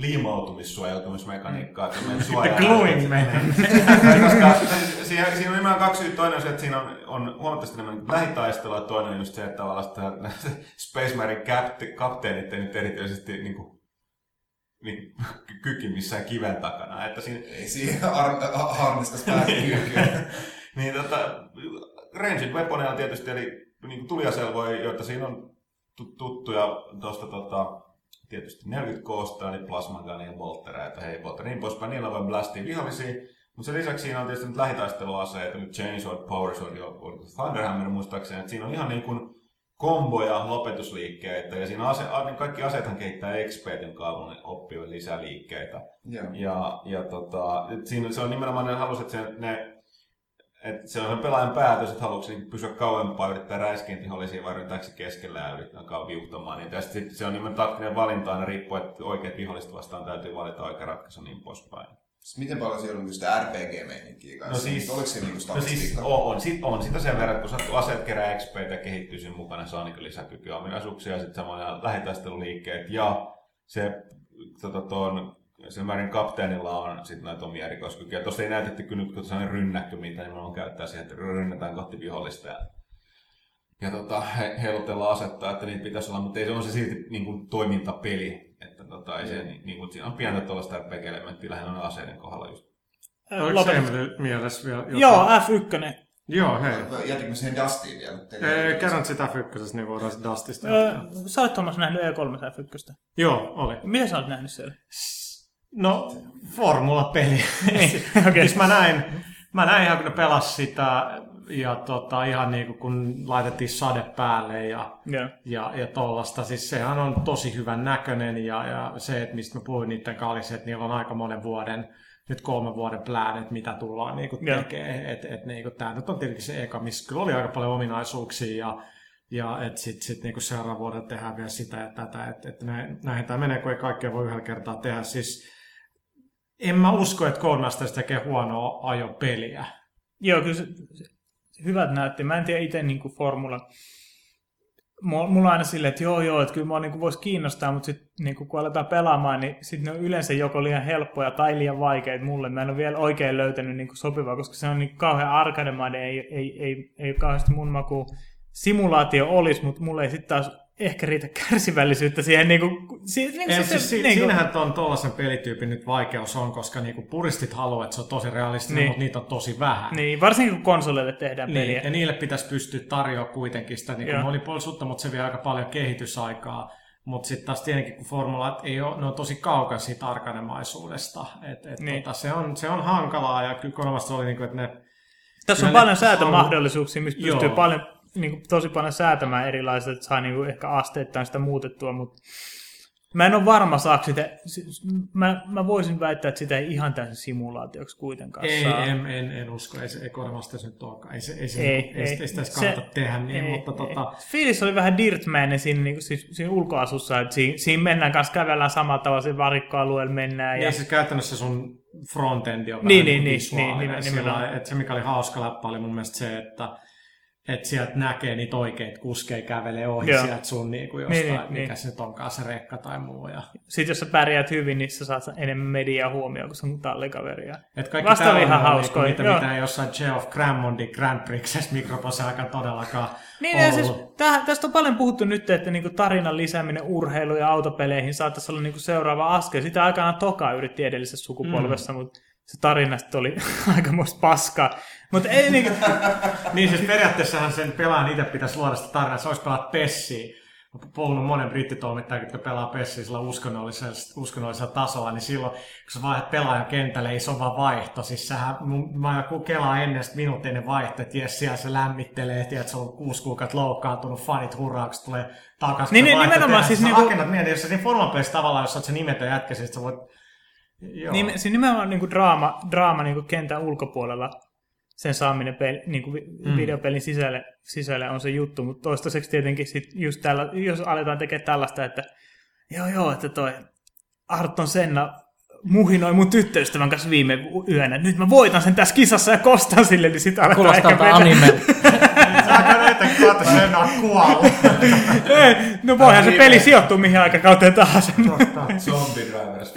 liimautumissuojautumismekaniikkaa. The gluing menee. Koska siinä, siinä on nimenomaan kaksi syytä. Toinen on se, että siinä on, on huomattavasti enemmän lähitaistelua, ja toinen on just se, että tavallaan Space Marine kapteenit ei nyt erityisesti niin kuin, niin, kyki missään kiven takana. Että siinä... Ei siihen ar- harmistas päästä kykyyn. Niin tota, ranged weaponeja on tietysti, eli niin tuliaselvoja, joita siinä on tuttuja tuosta tota, tietysti neljäkymmentä K:sta, niin plasmagania ja boltereita, hei bolter, niin poispäin, niillä voi blastia vihollisia. Mutta sen lisäksi siinä on tietysti nyt lähitaisteluaseita, nyt Chainsword, Powersword ja Thunderhammer muistaakseni, että siinä on ihan niin kuin komboja, lopetusliikkeitä, ja siinä ase, kaikki aseethan kehittää X P:n kaavun oppii lisää liikkeitä. Yeah. Ja, ja tota, siinä se on nimenomaan, ne halusi, että se, ne, että se on sen pelaajan päätös, että haluatko niin pysyä kauempaa, yrittää räiskiä vihollisia vai yrittääkö se keskellä ja yrittää alkaa viuhtamaan. Niin tästä sitten se on nimenomaan taktinen valinta, aina riippuu, että oikeat viholliset vastaan täytyy valita oikea ratkaisu niin poispäin. Miten paljon siellä on sitä R P G-meininkiä kanssa? No siis, oliko se niinku statistiikka? No siis on, on, sit, on sitä sen verran, että kun sattuu aseet kerää X P:tä ja kehittyy siinä mukana, saa niin lisäkykyä ominaisuuksia ja sitten samoin lähitaisteluliikkeet ja se tota, tuon sen väärin kapteenilla on sitten näitä omia erikoiskykyjä. Tuossa ei näytetty kyllä nyt, kun sellainen rynnäkkö, mitä niin on käyttää siihen, että rynnätään kohti vihollista. Ja, ja tota, he, heilutella asettaa, että niitä pitäisi olla, mutta ei se on se silti niin kuin toimintapeli. Että tota, ei se, niin kuin, siinä on pientä tuollaista R P G-elementtiä lähinnä on aseiden kohdalla just. Oliko se mielessä vielä jotain? Joo, F yksi. Joo, hei. Jätinkö siihen Dustiin vielä? Ei, kerron sitä F yksi, niin voidaan sitten Dustista. Öö, sä olet Thomas nähnyt E kolme F yksi. Joo, oli. Mitä sä olet nähnyt siellä? No, formula-peli. Okay. Siis mä näin, mä näin ihan kun ne pelas sitä ja tota, ihan niin kuin kun laitettiin sade päälle ja, yeah. ja, ja tollasta. Siis sehän on tosi hyvän näköinen ja, ja se, että mistä mä puhuin niiden kanssa, oli se, että niillä on aika monen vuoden, nyt kolmen vuoden plan, että mitä tullaan niin kuin yeah. tekemään. Et, et, niin kuin, tämä nyt on tietenkin se eka, missä kyllä oli aika paljon ominaisuuksia ja Ja että sitten sit niinku seuraavan vuoden tehdään vielä sitä ja tätä, että et näihin tämä menee, kun ei kaikkea voi yhdellä kertaa tehdä. Siis en mä usko, että Codemasters tekee huonoa ajopeliä. Joo, kyllä se, se, hyvät näytti. Mä en tiedä itse niinku formula. Mulla on aina silleen, että joo joo, että kyllä mua niinku voisi kiinnostaa, mutta sitten niinku, kun aletaan pelaamaan, niin sitten ne on yleensä joko liian helppoja tai liian vaikeita mulle. Mä en ole vielä oikein löytänyt niinku sopivaa, koska se on niin kauhean arcade-mainen, ei, ei, ei, ei kauheasti mun makuun. Simulaatio olisi, mutta mulla ei sitten taas ehkä riitä kärsivällisyyttä siihen. Niin kuin, si, niin ei, se, siis, se, si, niin siinähän tuon tuollaisen pelityypin nyt vaikeus on, koska niinku puristit haluaa, että se on tosi realistinen, niin. Mutta niitä on tosi vähän. Niin, varsinkin kun konsoleille tehdään niin, peliä. Ja niille pitäisi pystyä tarjoamaan kuitenkin sitä niin monipuolisuutta, mutta se vie aika paljon kehitysaikaa. Mutta sitten taas tietenkin, kun formulat ei ole, ne on tosi kaukana siitä arkanemaisuudesta. Et, et niin. tota, se, on, se on hankalaa ja kyllä kolmasta oli, niin kuin, että ne... Tässä on paljon säätömahdollisuuksia, mistä pystyy Joo. paljon... Niin kuin, tosi paljon säätämään erilaisia, että saa niin kuin, ehkä asteittain sitä muutettua, mutta mä en ole varma, saako sitä, mä, mä voisin väittää, että sitä ei ihan täysin simulaatioksi kuitenkaan ei, saa. En, en, en usko, ei, ei Codemasters nyt olekaan, ei, se, ei, se, ei, ei, ei, ei, ei sitä kannata se, tehdä niin, ei, mutta ei. tota... Fiilis oli vähän Dirtmanen siinä, niin kuin, siis, siinä ulkoasussa, että siinä, siinä mennään kanssa, kävellään samalla tavalla, siinä varikkoalueella mennään. Ja... Ja... siis käytännössä sun frontendi on niin, vähän niin, visuaalinen. Niin, sillä, että se, mikä oli hauska läppä, oli mun mielestä se, että että sieltä näkee niitä oikeita kuskeja kävelee ohi Joo. sieltä sun niin kuin jostain, niin, mikä niin. se nyt onkaan se rekka tai muu. Ja... Sitten jos sä pärjäät hyvin, niin sä saat enemmän mediaa huomioon, kun sun tallikaveria. Että kaikki Vasta ihan hauskoja. Mitä, mitä ei jossain Geoff Grammondin Grand Prixessä Microprose aika todellakaan niin, ollut. Siis, täh, tästä on paljon puhuttu nyt, että niinku tarinan lisääminen urheilu- ja autopeleihin saattaisi olla niinku seuraava askel. Sitä aikanaan Toka yritti edellisessä sukupolvessa, mm. mutta se tarina sitten oli aikamoista paskaa. Mut ei niinku... niin siis periaatteessahan sen pelaajan itse pitäisi luoda sitä tarinaa, se olisi pelata Pessiä. Olen puhunut monen brittitoimittajan, jotka pelaa Pessiä sillä uskonnollisella, uskonnollisella tasolla, niin silloin, kun sä vaihdat pelaajan kentälle, ei se ole vaan vaihto. Siis sähän, mä kelaan ennen minuutin ennen vaihto, että jes, siellä se lämmittelee, tiedät, se on kuusi kuukautta loukkaantunut, fanit hurraa, kun se tulee takaisin. Niin, niin nimenomaan siis... Sä niinku... rakennat mieltä, jos sä siinä formapelissä tavallaan, jos sä oot se nimetön jätkä, siis sä voit... Niin, siis nimenomaan niinku draama, draama niinku kentän ulkopuolella. Sen saaminen peli, niin kuin mm. videopelin sisälle, sisälle on se juttu, mutta toistaiseksi tietenkin sit just tällä, jos aletaan tekemään tällaista, että joo joo, että toi Ayrton Senna muhinoi mun tyttöystävän kanssa viime yönä, nyt mä voitan sen tässä kisassa ja kostan sille, niin sit aletaan Kuulostaa ehkä vetää. Anime. Saanko näitä kautta Senna on kuollut? No voihan se peli sijoittua mihin aikakauteen tahansa. Zombie Drivers.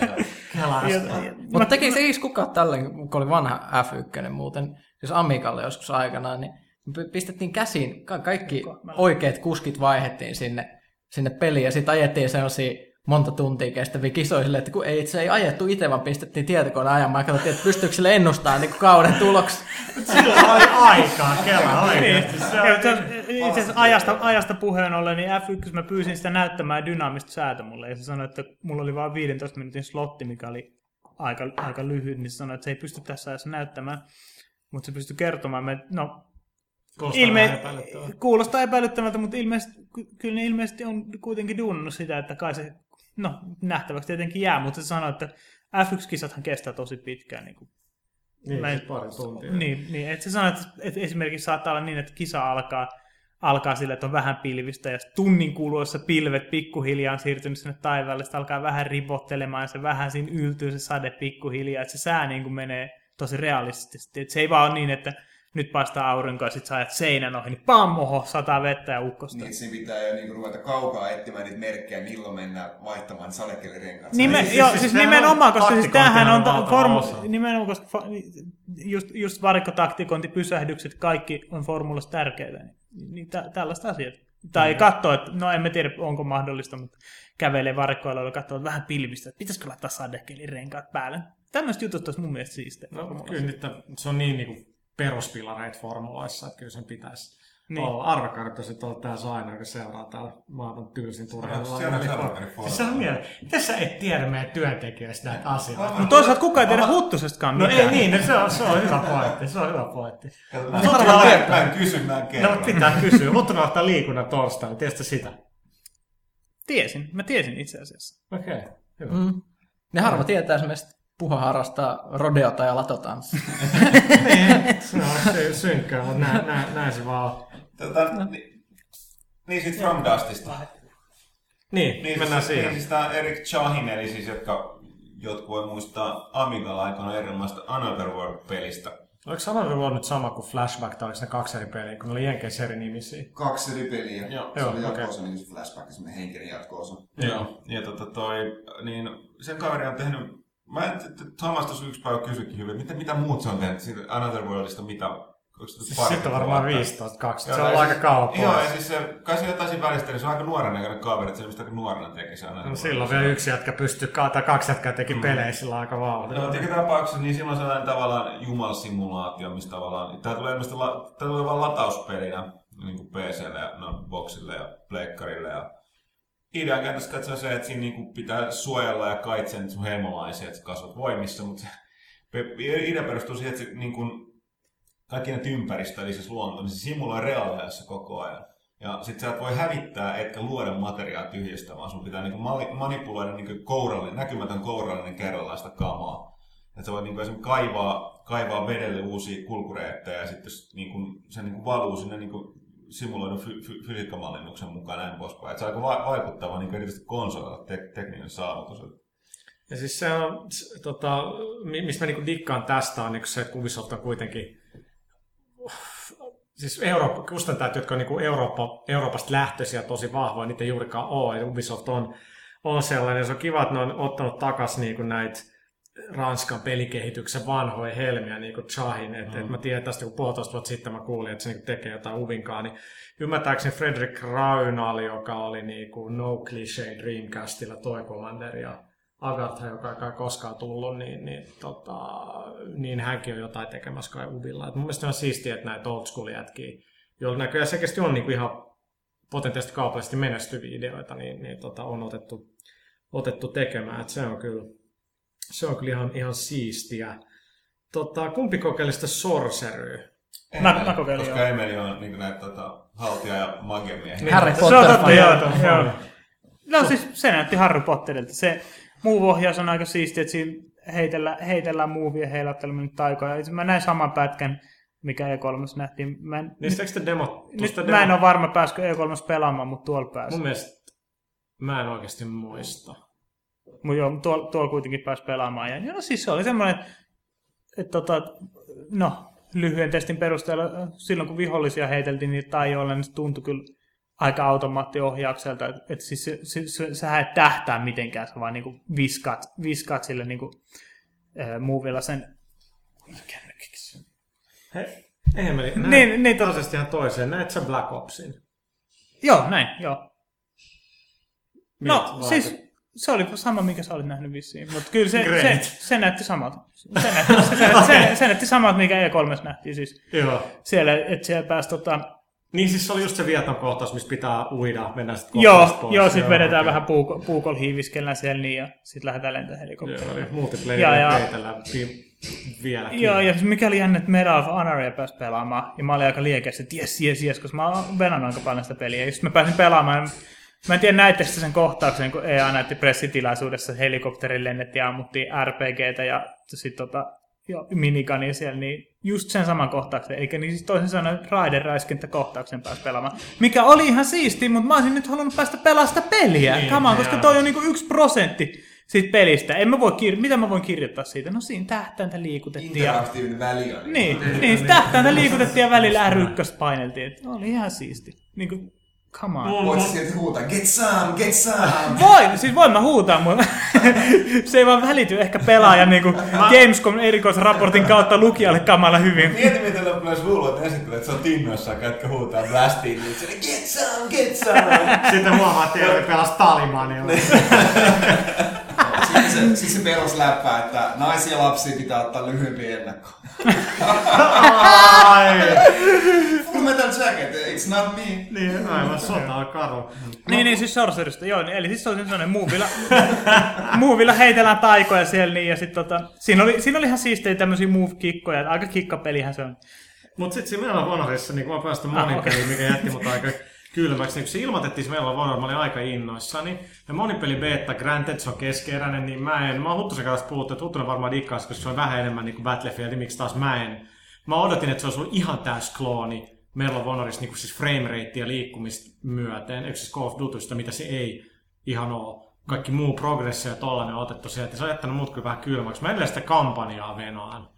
Mutta tekisi, tekisi kukaan tällainen, kun oli vanha F yksi muuten, siis Amigalle joskus aikanaan, niin pistettiin käsiin, ka- kaikki oikeat kuskit vaihdettiin sinne, sinne peliin ja sitten ajettiin sellaisia monta tuntia kestäviä kisoja silleen, että kun ei itse ei ajettu itse, vaan pistettiin tietokoneen ajamaan ja katsottiin, että pystyykö sille ennustamaan niin kauden tuloksi. Silloin oli aikaa, kela oikeasti. Itse asiassa ajasta, ajasta puheen ollen, niin F yksi mä pyysin sitä näyttämään dynaamista säätä mulle, ja se sanoi, että mulla oli vain viidentoista minuutin slotti, mikä oli aika, aika lyhyt, niin se sanoi, että se ei pysty tässä ajassa näyttämään, mutta se pystyy kertomaan. Me, no, kuulostaa ilme- epäilyttävältä. Kuulostaa epäilyttävältä, mutta ilmeisesti, kyllä ne ilmeisesti on kuitenkin dunnut sitä, että kai se, no nähtäväksi tietenkin jää, mutta se sanoi, että F yksi-kisathan kestää tosi pitkään. Niin, kuin, niin en, pari tuntia. Niin, niin että se sanoi, että, että esimerkiksi saattaa olla niin, että kisa alkaa, alkaa sillä, että on vähän pilvistä ja tunnin kuluessa pilvet pikkuhiljaa on siirtynyt sinne taivaalle, sitten alkaa vähän ripottelemaan ja se vähän siinä yltyy se sade pikkuhiljaa, että se sää niin kuin menee tosi realistisesti. Että se ei vaan ole niin, että nyt paistaa aurinko ja sit sä ajat seinän ohi, niin pam, oho, sataa vettä ja ukkosta. Niin, siinä pitää jo niinku ruveta kaukaa etsimään niitä merkkejä, milloin mennään vaihtamaan sadekelirenkaat. Nime, siis, joo, siis, siis siis nimenomaan, koska siis tämähän on, on formu, nimenomaan, koska just, just varikkotaktikointi, pysähdykset, kaikki on formulassa tärkeitä. Niin tä- tällaista asiaa. Tai mm. katsoa, että no en mä tiedä onko mahdollista, mutta kävelee varikkoiluilla ja katsoo vähän pilvistä, että pitäisikö laittaa sadekelirenkaat päälle. Tämmöistä jutut olisi mun mielestä siistejä. No kyllä nyt se on niin, niin kuin peruspilareita formuloissa, että kyllä sen pitäisi niin olla. Arvakartoiset olla tässä aina, joka seuraa täällä maailman tylsin turhalla. Se on se arvakartoiset. Se on mieleen. Miten sä et tiedä meidän työntekijöistä näitä asioita? No toisaalta kukaan ei tiedä huttusestakaan no mitään. No ei niin, se on, se on hyvä pointti. Se on hyvä pointti. Mä en kysy, mä en kerro. No pitää kysyä. Huttunen ottaa liikunnan torstaina. Tiedätkö sitä? Tiesin. Mä tiesin itse asiassa. Okei, okay, hyvä. Mm. Ne harva tietää esimerkiksi Puha harrastaa rodeota ja latotanssia. Niin, se on se synkkää, mutta näin, näin, näin se vaan on. Tota, niin, niin sit From Dustista. Niin, niin mennään siis, siihen. Niin siis tää Eric Chahin, eli siis jotka jotkut voi muistaa Amigalla aikana erilaista Another World-pelistä. Oliko Another World nyt sama kuin Flashback, tai oliko ne kaksi eri peliä, kun ne oli jenkeissä eri nimisiä? Kaksi eri peliä. Joo, se joo, oli okay. jatko-osa, niin se Flashback, semmoinen henkinen jatko-osa. Joo, ja tota toi, niin sen kaveri on tehnyt, mä en, Thomas tuossa yksi päivä kysyikin hyvin, mitä, mitä muut se on tehnyt siitä Another Worldista, mitä... Sitten on varmaan viisitoista kaksikymmentä, se on aika kauan pois. Joo, ja siis se, kai se jotain siinä välistä, niin se on aika nuoren näköinen kaveri, että se ilmeisesti aika nuorena teki se. No silloin vielä yksi jätkä pystyy, tai kaksi jätkää teki mm. pelejä sillä aika vauhdilla. No, joka tapauksessa, niin silloin sellainen tavallaan jumalsimulaatio, mistä tavallaan, tää tulee ilmeisesti, tää tulee vaan latauspelinä, niin kuin P C:lle ja no, Boxille ja Pleikkarille. Ja idean kääntäisi katsoa se, että siinä niin kuin pitää suojella ja kaitsen sun heimolaisia, että sä kasvat voimissa, mutta se idea perustuu siihen, että se niin kuin kaikki näitä ympäristö, eli siis luonto, niin se simuloi reaaliajassa koko ajan. Ja sit sä et voi hävittää, etkä luoda materiaa tyhjistä, vaan sun pitää niinku manipuloida niinku kourallinen, näkymätön kourallinen kerrallaan kamaa. Että sä voit niinku esimerkiksi kaivaa, kaivaa vedelle uusia kulkureittejä ja sitten niinku, se niinku valuu sinne niinku simuloidun fy- fy- fysiikkamallinnuksen mukaan näin poispäin. Että se on aika va- vaikuttava niinku erityisesti konsolilla te- tekninen saavutus. Ja siis se on, tota, mistä mä niinku dikkaan tästä on niinku se, että Ubisoft on kuitenkin siis Eurooppa, kustantajat, jotka on niin Eurooppa, Euroopasta lähtöisiä tosi vahvoja, niitä ei juurikaan ole. Ja Ubisoft on, on sellainen, ja se on kiva, että ne on ottanut takaisin niin näitä Ranskan pelikehityksen vanhoja helmiä, niin kuin Chahin. Et, mm. et mä tiedän tästä, kun puolitoista vuotta sitten mä kuulin, että se niin tekee jotain Ubinkaan, niin ymmärtääkseni Fredrik Raunal, joka oli niin kuin No Cliché Dreamcastilla Toy Commander ja Agatha, joka ei koskaan tullut, niin, niin, tota, niin hänkin on jotain tekemässä kai Ubilla. Et mun mielestä on siistiä, että näitä old school jätkiä, joilla näköjään selkeästi on niin ihan potentiaalisesti kaupallisesti menestyviä ideoita, niin, niin tota, on otettu, otettu tekemään. Et se on kyllä, se on kyllä ihan, ihan siistiä. Tota, kumpi kokeili sitä Sorceryä? Mä, mä kokeilin, koska joo. Emeli on niin näitä tota, haltia ja magiamiehiä. Harry Potter. Se on totta, joo. joo. No siis se näytti Harry Potterilta. Se Move-ohjaus on aika siistiä, että siinä heitellään, heitellään movia heilattelemaan nyt taikoja. Mä näin saman pätkän, mikä E kolme nähtiin. Mä en, niin nyt, demo, nyt demo? Mä en ole varma, pääskö E kolme pelaamaan, mutta tuolla pääsi. Mun mielestä mä en oikeasti muista. Mutta joo, tuolla, tuolla kuitenkin pääsi pelaamaan. Ja no siis se oli semmoinen, että tota, no, lyhyen testin perusteella silloin kun vihollisia heiteltiin niitä taijoilla, niin se tuntui kyllä aika automaattiohjaukselta, että et siis se, se, se, sä et tähtää mitenkään, sä vaan niinku viskaat, viskaat sille niinku äh, movilla sen kännykiksi. Hei, eihän meni. Näin niin, niin, tasaisesti ihan toiseen. Näet sä Black Opsin? Joo, näin, joo. Miltä no, vaikut? siis se oli sama, minkä sä olit nähnyt vissiin, mutta kyllä se, se, se näytti samalta. Se näytti, se, se, se, se näytti samalta, mikä E kolme nähtiin siis. Joo. Siellä, että siellä pääsi tota... Niin siis se oli just se Vietnam-kohtaus, missä pitää uida, mennä sitten joo, pois. joo, sitten vedetään okay. vähän puuko, puukolla hiiviskellään siellä niin, ja sitten lähdetään lentämään helikopterilla. Joo, multiplayeria peitellään vieläkin. Joo, ja mikä oli jännä, että Medal of Honoria pääsi pelaamaan, ja mä olin aika liekeästi, että jes, jes, jes, koska mä oon venannut aika paljon sitä peliä, ja sitten mä pääsin pelaamaan, mä en tiedä näittekö sen kohtauksen, kun E A näytti pressitilaisuudessa, helikopterin lennettiin ja ammuttiin R P G:tä ja sitten tota, minigania siellä, niin just sen saman kohtauksen, eli niin siis toisin sanoen Raiden-räiskintä kohtauksen pääsi pelaamaan, mikä oli ihan siistiä, mutta mä olisin nyt halunnut päästä pelaamaan sitä peliä, niin, Come on, koska toi on niinku yksi prosentti siitä pelistä. En mä voi kir- Mitä mä voin kirjoittaa siitä? No siinä tähtäintä liikutettiin. Interaktiivinen väli on. Niin, niin tähtäintä liikutettiin ja välillä R yksi paineltiin. Oli ihan siisti. Niin kuin Come on. Voit sä sieltä huutaa, get some, get some! Voin, siis voin mä huutaa, mutta se ei vaan välity ehkä pelaajan niin Gamescom erikoisraportin kautta lukijalle kamala hyvin. Mieti, miten loppujen luulut, että esittelee, että se on tinnoissaan, käytkö huutaa blastiin, niin se get some, get some! Sitten huomaa, että Teori pelasi Talibanilla. Sitten se, sit se perusläppää, että naisia ja lapsia pitää ottaa lyhyempi ennakko. Full Metal Jacket, it's not me. Niin, aivan sota on karu. Niin, niin siis Sorcerista, joo. Eli siis se oli sellainen muuvilla, muuvilla heitellään taikoja siellä, niin, ja sit tota, siinä oli, siinä oli ihan siistejä tämmösiä move-kikkoja, että aika kikkapelihän se on. Mut sit siinä Medal of Honorissa, niin kun mä pääsin monipeliin, ah, okay. mikä jätti mut aika kylmäksi, niin kun se ilmoitettiin se Medal of Honor, mä olin aika innoissani. Ja monipeli beta, granted, se on keskeeräinen, niin mä en, mä oon Huttusen kanssa puhuttu, että Huttunen varmaan dikkaisi, koska se on vähän enemmän niin kuin Battlefield, niin miksi taas mä en. Mä odotin, että se olisi ollut ihan täys klooni Medal of Honorissa, niin kuin siis framerate ja liikkumista myöten, eikö siis Call of Dutysta, mitä se ei ihan ole. Kaikki muu progressio ja tollainen on otettu sieltä, se on jättänyt mut kyllä vähän kylmäksi. Mä edelleen sitä kampanjaa venaan.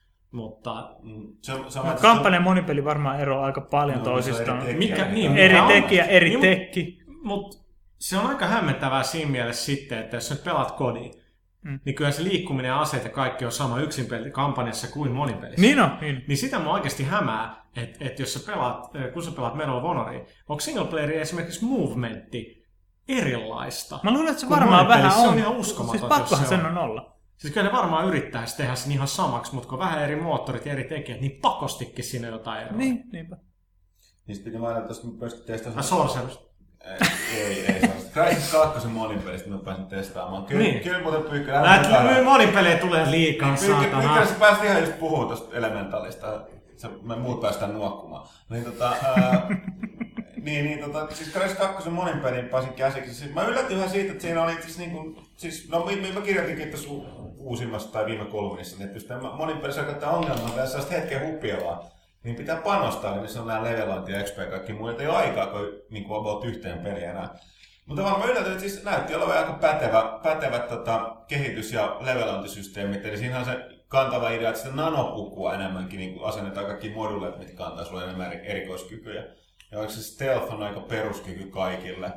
Mutta se, se no, kampanjan monipeli varmaan eroaa aika paljon no, toisistaan. Eri, mikä, niin, eri mikä tekijä, eri niin, tekki. Mutta se on aika hämmentävää siinä mielessä sitten, että jos sä pelaat kodin, mm. niin kyllä se liikkuminen ja aseet ja kaikki on sama yksin kampanjassa kuin monipelissä. Niin on. Niin, niin sitä mua oikeasti hämää, että, että jos sä pelaat, kun sä pelaat Medal of Honoria, onko single playeri esimerkiksi movementti erilaista? Mä luulen, että se varmaan vähän on. Se on ihan uskomaton. Siis pakkohan sen on olla. Siis kyllä ne varmaan yrittäisi tehdä sen ihan samaksi, mutta kun vähän eri moottorit ja eri tekijät, niin pakostikin siinä jotain eroa. Niin, niinpä. Niistä piti mainita, että mä pääsin testaamaan. Ah, Sorcerus. Ei, ei, ei Sorcerus. Crysis kaksi monipelistä mä pääsin testaamaan. Kyllä, niin. Kyllä muuten Pyykkönen. Näet, monipelejä tulee liikaa, saatana. Pyykkönen, sä pääsit ihan just puhumaan tosta Elementalista. Me muut päästään nuokkumaan. Niin tota... Ää, Niin, niin tota, siis Crysis kaksi monipelin pääsin käsiksi. Siis mä yllätyin ihan siitä, että siinä oli siis niinku, siis, no mä kirjoitinkin tässä uusimmassa tai viime kolumnissa, että jos tämä monipelissä käyttää ongelmaa tai sellaista hetken hupiavaa, niin pitää panostaa, niin se on nämä levelointi ja X P ja kaikki muu, että ei ole aikaa, kun niinku about yhteen peliä enää. Mutta vaan mä yllätyin, että siis näytti olevan aika pätevä, pätevät tota, kehitys- ja levelointisysteemit, eli siinä on se kantava idea, että sitä nanopukua enemmänkin niin asennetaan kaikki moduleet, mitkä kantaa sulle enemmän erikoiskykyjä. Ja se stealth on aika peruskyky kaikille.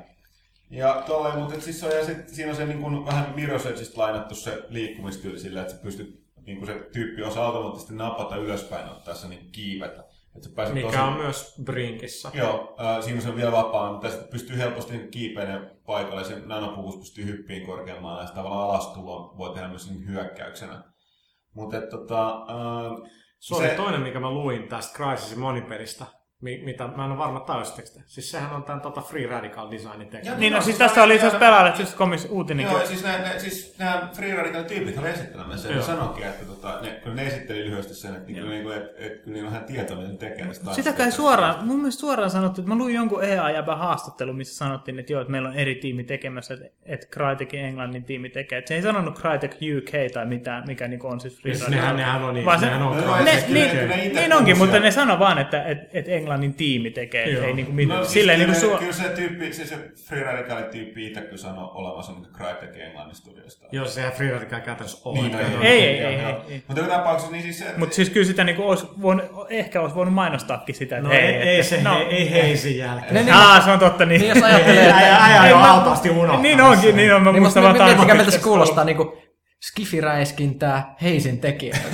Ja tolleen, mutta siis se on, ja sit, siinä on se niin kuin, vähän Mirror's Edgeistä lainattu se liikkumistyyli sillä, että sä pystyt, niin kuin se tyyppi osaa automaattisesti napata ylöspäin ottaa se niin kiivetä. Mikä tosi... on myös Brinkissä. Joo, äh, siinä on se vielä vapaa, mutta sitten pystyy helposti niin kiipeilemään paikalle ja sen nanopukus pystyy hyppiin korkeammalle ja tavallaan alastuloa voi tehdä myös niin hyökkäyksenä. Mutta tota... Äh, se oli toinen, mikä mä luin tästä Crysisin monipelistä. Mitä, mä en ole varma täystekstä. Siis sehän on tämän tota Free Radical Designin tekemä. Niin, no siis tässä oli itse pelaajalle siis komis uutinenkin. Joo, siis nämä, siis nämä Free Radical tyypit oli esittelemässä ja ne sanoikin, että tota, ne, kyllä ne esitteli lyhyesti sen, että kyllä niinku, et, et, et, niillä on vähän tietoa, mitä ne tekee. Sitäkään suoraan, mun mielestä suoraan sanottu, että mä luin jonkun E A-jäbän haastattelun, missä sanottiin, että joo, että meillä on eri tiimi tekemässä, että, että Crytekin Englannin tiimi tekee. Että se ei sanonut Crytek U K tai mitään, mikä niinku on siis Free Radical. Nehän, nehän on niin, nehän on Crytek. Niin onkin, mutta ne sanoi vaan, että et Englannin tiimi tekee. Ei niinku mitään. No, siis silleen kyllä, niinku su- kyllä se tyyppi, se, se Free Radical tyyppi itse kyllä sanoi olevansa niinku Crytek Englannin studiosta. Joo, sehän Free Radical käytännössä on. Niin, ei, ei, ei, ei, ei. Mutta joka tapauksessa niin siis se... Mutta siis kyllä sitä niinku olisi voinut, ehkä olisi voinut mainostaakin sitä, että no, hei, ei, että, ei se, no, hei, ei heisin jälkeen. Niin, niin, Aa, se on totta niin. Niin jos ajattelee, että... Äijä on hautaasti unohtanut. Niin onkin, niin on, mä niin, muistan vaan tarkoitus. Mikä meiltä se kuulostaa niinku skifiräiskintää Heisin tekijältä.